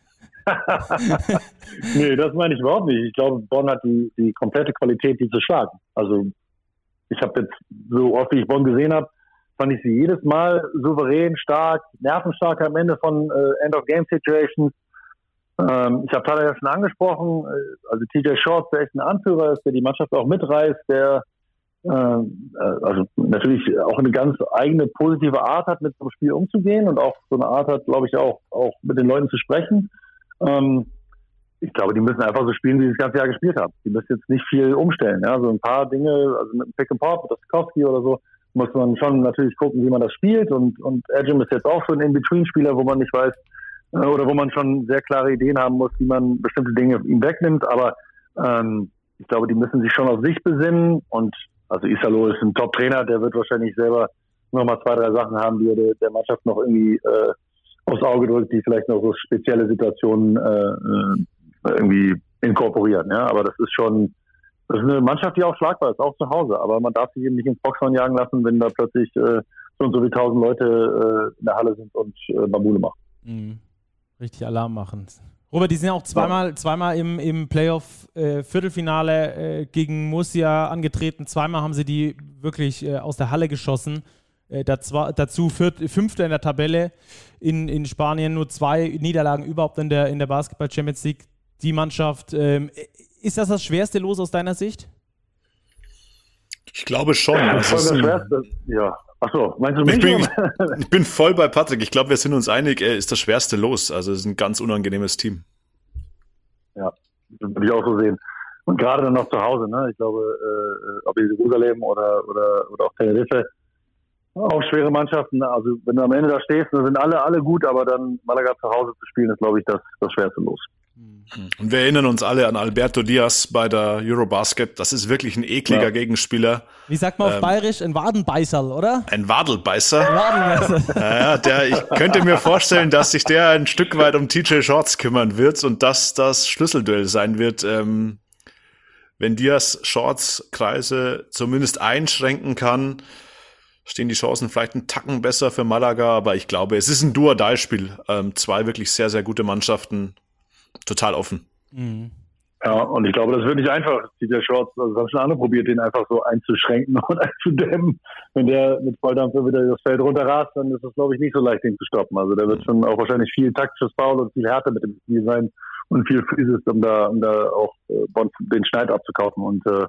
Nee, das meine ich überhaupt nicht. Ich glaube, Bonn hat die, die komplette Qualität, die zu schlagen. Also ich habe jetzt, so oft wie ich Bonn gesehen habe, fand ich sie jedes Mal souverän, stark, nervenstark am Ende von äh, End-of-Game-Situations. Ähm, ich habe Thaler ja schon angesprochen, äh, also T J Shorts, der echt ein Anführer ist, der die Mannschaft auch mitreißt, der äh, also natürlich auch eine ganz eigene positive Art hat, mit so einem Spiel umzugehen und auch so eine Art hat, glaube ich, auch, auch mit den Leuten zu sprechen. Ähm, ich glaube, die müssen einfach so spielen, wie sie das ganze Jahr gespielt haben. Die müssen jetzt nicht viel umstellen. Ja? So ein paar Dinge, also mit dem Pick and Pop, mit Oskowski oder so, muss man schon natürlich gucken, wie man das spielt. Und, und Ejim ist jetzt auch so ein In-Between-Spieler, wo man nicht weiß, äh, oder wo man schon sehr klare Ideen haben muss, wie man bestimmte Dinge ihm wegnimmt. Aber ähm, ich glaube, die müssen sich schon auf sich besinnen. Und also Isalo ist ein Top-Trainer, der wird wahrscheinlich selber nochmal zwei, drei Sachen haben, die er der, der Mannschaft noch irgendwie äh, aufs Auge drückt, die vielleicht noch so spezielle Situationen äh, irgendwie inkorporieren. Ja? Aber das ist schon, das ist eine Mannschaft, die auch schlagbar ist, auch zu Hause. Aber man darf sich eben nicht ins Boxhorn jagen lassen, wenn da plötzlich äh, so und so wie tausend Leute äh, in der Halle sind und äh, Bambule machen. Mhm. Richtig Alarm machen. Robert, die sind ja auch zweimal, zweimal im, im Playoff-Viertelfinale äh, äh, gegen Murcia angetreten. Zweimal haben sie die wirklich äh, aus der Halle geschossen. Äh, dazu dazu viert, Fünfter in der Tabelle in, in Spanien, nur zwei Niederlagen überhaupt in der, in der Basketball-Champions League. Die Mannschaft, ähm, ist das das schwerste Los aus deiner Sicht? Ich glaube schon. Das ist das schwerste, ja. Achso, meinst du mich? Ich bin, ich bin voll bei Patrick. Ich glaube, wir sind uns einig, er ist das schwerste Los. Also es ist ein ganz unangenehmes Team. Ja, das würde ich auch so sehen. Und gerade dann noch zu Hause, ne? Ich glaube, äh, ob in Jerusalem oder, oder, oder auch Tenerife, auch schwere Mannschaften. Also wenn du am Ende da stehst, dann sind alle, alle gut, aber dann Malaga zu Hause zu spielen, ist, glaube ich, das, das schwerste Los. Und wir erinnern uns alle an Alberto Diaz bei der Eurobasket. Das ist wirklich ein ekliger ja. Gegenspieler. Wie sagt man auf ähm, Bayerisch? Ein Wadenbeißerl, oder? Ein Wadelbeißer. Ein Wadenbeißer. Ja, der, ich könnte mir vorstellen, dass sich der ein Stück weit um T J Shorts kümmern wird und dass das Schlüsselduell sein wird. Ähm, wenn Diaz Shorts Kreise zumindest einschränken kann, stehen die Chancen vielleicht einen Tacken besser für Malaga. Aber ich glaube, es ist ein Do-or-Die-Spiel. Ähm, zwei wirklich sehr, sehr gute Mannschaften. Total offen. Mhm. Ja, und ich glaube, das wird nicht einfach, T J Shorts, also das haben schon andere probiert, den einfach so einzuschränken und einzudämmen. Wenn der mit Volldampf wieder das Feld runterrast, dann ist das, glaube ich, nicht so leicht, den zu stoppen. Also da wird schon auch wahrscheinlich viel taktisches Foul und viel Härte mit dem Spiel sein und viel Physis, um da, um da auch äh, Bonn den Schneid abzukaufen. Und äh, äh,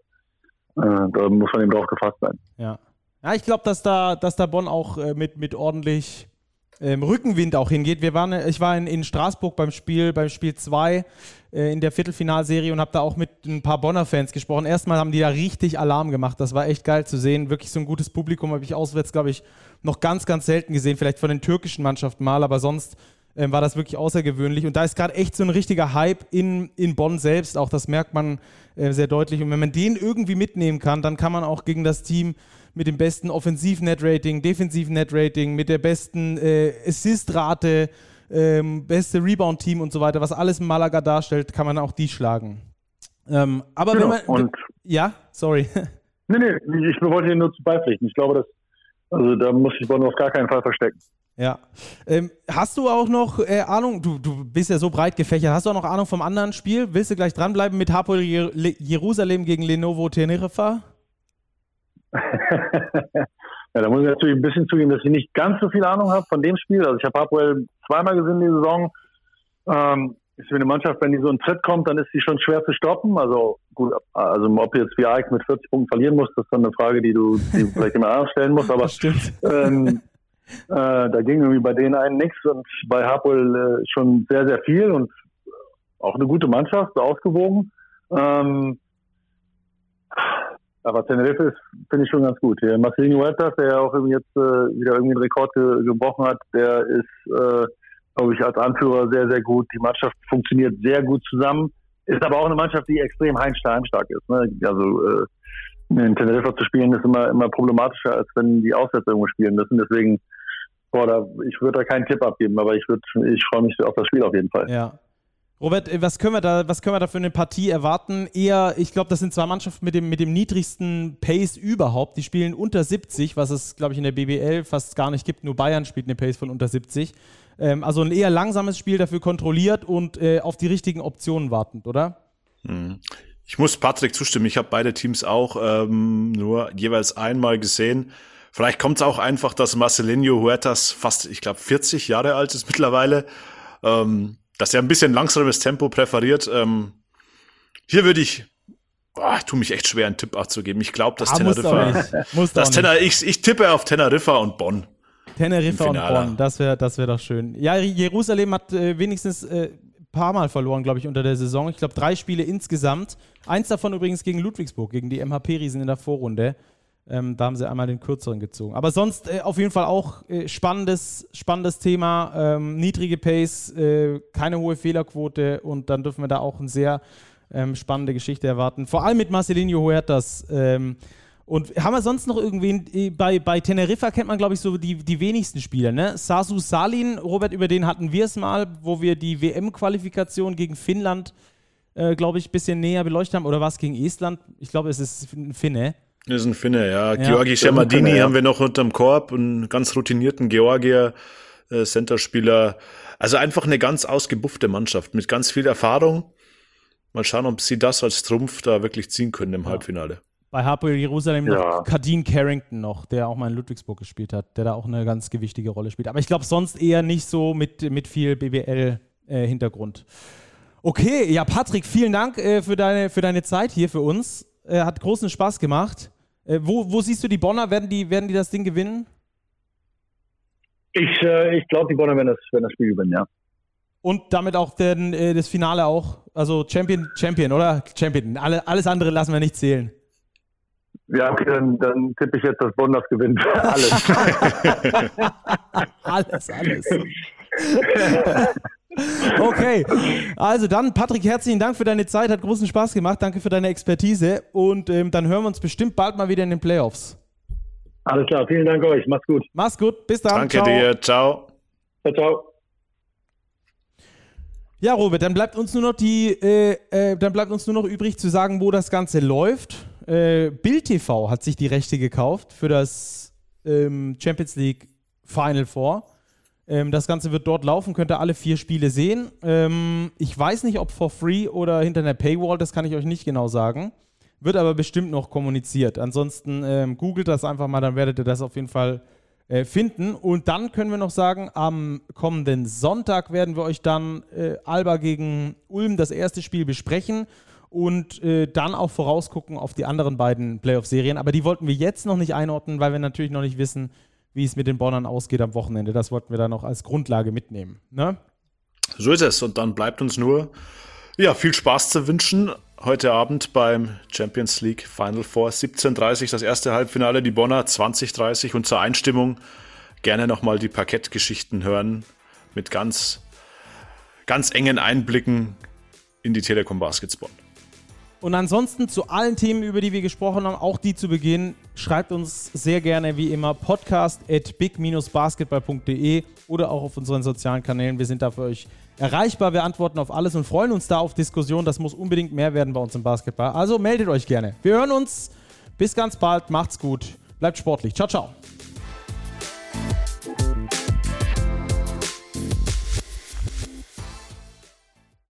da muss man eben drauf gefasst sein. Ja, ja, ich glaube, dass da, dass da Bonn auch äh, mit, mit ordentlich Ähm, Rückenwind auch hingeht. Wir waren, ich war in, in Straßburg beim Spiel, beim Spiel zwei äh, in der Viertelfinalserie und habe da auch mit ein paar Bonner Fans gesprochen. Erstmal haben die da richtig Alarm gemacht. Das war echt geil zu sehen. Wirklich so ein gutes Publikum habe ich auswärts, glaube ich, noch ganz, ganz selten gesehen. Vielleicht von den türkischen Mannschaften mal, aber sonst ähm, war das wirklich außergewöhnlich. Und da ist gerade echt so ein richtiger Hype in, in Bonn selbst. Auch das merkt man äh, sehr deutlich. Und wenn man den irgendwie mitnehmen kann, dann kann man auch gegen das Team mit dem besten Offensiv-Net-Rating, Defensiv-Net-Rating, mit der besten äh, Assist-Rate, ähm, beste Rebound-Team und so weiter, was alles in Malaga darstellt, kann man auch die schlagen. Ähm, aber genau, wenn man... Und ja, sorry. Nee, nee, ich wollte dir nur zu beipflichten. Ich glaube, das, also da muss ich Bonn auf gar keinen Fall verstecken. Ja. Ähm, hast du auch noch äh, Ahnung, du, du bist ja so breit gefächert, hast du auch noch Ahnung vom anderen Spiel? Willst du gleich dranbleiben mit Hapoel Jer- Jerusalem gegen Lenovo Teneriffa? Ja, da muss ich natürlich ein bisschen zugeben, dass ich nicht ganz so viel Ahnung habe von dem Spiel. Also ich habe Hapoel zweimal gesehen in der Saison. Ähm, ist für eine Mannschaft, wenn die so einen Tritt kommt, dann ist sie schon schwer zu stoppen. Also gut, also ob jetzt wie Aik mit vierzig Punkten verlieren muss, das ist dann eine Frage, die du, die du vielleicht immer anders stellen musst. Aber ähm, äh, da ging irgendwie bei denen einen nichts und bei Hapoel äh, schon sehr, sehr viel und auch eine gute Mannschaft, so ausgewogen. Ähm, Aber Tenerife ist, finde ich, schon ganz gut. Hier Marcelino Huertas, der ja auch irgendwie jetzt äh, wieder irgendwie einen Rekord ge- gebrochen hat, der ist, äh, glaube ich, als Anführer sehr, sehr gut. Die Mannschaft funktioniert sehr gut zusammen. Ist aber auch eine Mannschaft, die extrem heimstark ist. Ne? Also äh, in Tenerife zu spielen ist immer immer problematischer, als wenn die auswärts irgendwo spielen müssen. Deswegen boah, da, ich würde da keinen Tipp abgeben, aber ich würde, ich freue mich auf das Spiel auf jeden Fall. Ja. Robert, was können wir da, was können wir da für eine Partie erwarten? Eher, ich glaube, das sind zwei Mannschaften mit dem, mit dem niedrigsten Pace überhaupt. Die spielen unter siebzig, was es, glaube ich, in der B B L fast gar nicht gibt. Nur Bayern spielt eine Pace von unter siebzig. Ähm, also ein eher langsames Spiel, dafür kontrolliert und äh, auf die richtigen Optionen wartend, oder? Ich muss Patrick zustimmen. Ich habe beide Teams auch ähm, nur jeweils einmal gesehen. Vielleicht kommt es auch einfach, dass Marcelinho Huertas fast, ich glaube, vierzig Jahre alt ist mittlerweile. Ähm, dass er ein bisschen langsames Tempo präferiert. Ähm, hier würde ich, boah, ich tue mich echt schwer, einen Tipp abzugeben. Ich glaube, dass ah, Teneriffa, dass Tener, ich, ich tippe auf Teneriffa und Bonn. Teneriffa und Bonn, das wäre das wär doch schön. Ja, Jerusalem hat äh, wenigstens ein äh, paar Mal verloren, glaube ich, unter der Saison. Ich glaube, drei Spiele insgesamt. Eins davon übrigens gegen Ludwigsburg, gegen die M H P-Riesen in der Vorrunde. Ähm, da haben sie einmal den kürzeren gezogen. Aber sonst äh, auf jeden Fall auch äh, spannendes, spannendes Thema. Ähm, niedrige Pace, äh, keine hohe Fehlerquote und dann dürfen wir da auch eine sehr ähm, spannende Geschichte erwarten. Vor allem mit Marcelinho Huertas. Ähm, und haben wir sonst noch irgendwen? Äh, bei, bei Teneriffa kennt man, glaube ich, so die, die wenigsten Spieler. Ne? Sasu Salin, Robert, über den hatten wir es mal, wo wir die W M-Qualifikation gegen Finnland, äh, glaube ich, ein bisschen näher beleuchtet haben. Oder war es gegen Estland? Ich glaube, es ist ein Finne. Das ist ein Finne, ja. ja. Georgi Schermadini ja. haben wir noch unterm Korb, einen ganz routinierten Georgier, äh, Centerspieler. Also einfach eine ganz ausgebuffte Mannschaft mit ganz viel Erfahrung. Mal schauen, ob sie das als Trumpf da wirklich ziehen können im ja. Halbfinale. Bei Hapoel Jerusalem ja. noch Kadin Carrington noch, der auch mal in Ludwigsburg gespielt hat, der da auch eine ganz gewichtige Rolle spielt. Aber ich glaube sonst eher nicht so mit, mit viel B B L-Hintergrund. Äh, okay, ja Patrick, vielen Dank äh, für, deine, für deine Zeit hier für uns. Äh, hat großen Spaß gemacht. Äh, wo, wo siehst du die Bonner? Werden die, werden die das Ding gewinnen? Ich, äh, ich glaube, die Bonner werden das, werden das Spiel gewinnen, ja. Und damit auch den, äh, das Finale auch. Also Champion, Champion, oder? Champion. Alle, alles andere lassen wir nicht zählen. Ja, okay, dann, dann tippe ich jetzt, dass Bonn das gewinnt. Alles. alles, alles. Okay, also dann, Patrick, herzlichen Dank für deine Zeit, hat großen Spaß gemacht, danke für deine Expertise und ähm, dann hören wir uns bestimmt bald mal wieder in den Playoffs. Alles klar, vielen Dank euch, macht's gut. Mach's gut, bis dann. Danke ciao. dir, ciao. Ciao, ciao. Ja, Robert, dann bleibt uns nur noch die, äh, äh, dann bleibt uns nur noch übrig zu sagen, wo das Ganze läuft. Äh, Bild T V hat sich die Rechte gekauft für das ähm, Champions League Final Four. Das Ganze wird dort laufen, könnt ihr alle vier Spiele sehen. Ähm, ich weiß nicht, ob for free oder hinter einer Paywall, das kann ich euch nicht genau sagen. Wird aber bestimmt noch kommuniziert. Ansonsten ähm, googelt das einfach mal, dann werdet ihr das auf jeden Fall äh, finden. Und dann können wir noch sagen, am kommenden Sonntag werden wir euch dann äh, Alba gegen Ulm das erste Spiel besprechen und äh, dann auch vorausgucken auf die anderen beiden Playoff-Serien. Aber die wollten wir jetzt noch nicht einordnen, weil wir natürlich noch nicht wissen, wie es mit den Bonnern ausgeht am Wochenende. Das wollten wir da noch als Grundlage mitnehmen. Ne? So ist es. Und dann bleibt uns nur ja, viel Spaß zu wünschen. Heute Abend beim Champions League Final Four siebzehn Uhr dreißig das erste Halbfinale, die Bonner zwanzig Uhr dreißig. Und zur Einstimmung gerne nochmal die Parkettgeschichten hören mit ganz, ganz engen Einblicken in die Telekom Baskets Bonn. Und ansonsten zu allen Themen, über die wir gesprochen haben, auch die zu Beginn, schreibt uns sehr gerne wie immer podcast at big dash basketball punkt de oder auch auf unseren sozialen Kanälen. Wir sind da für euch erreichbar, wir antworten auf alles und freuen uns da auf Diskussionen. Das muss unbedingt mehr werden bei uns im Basketball. Also meldet euch gerne. Wir hören uns. Bis ganz bald. Macht's gut. Bleibt sportlich. Ciao, ciao.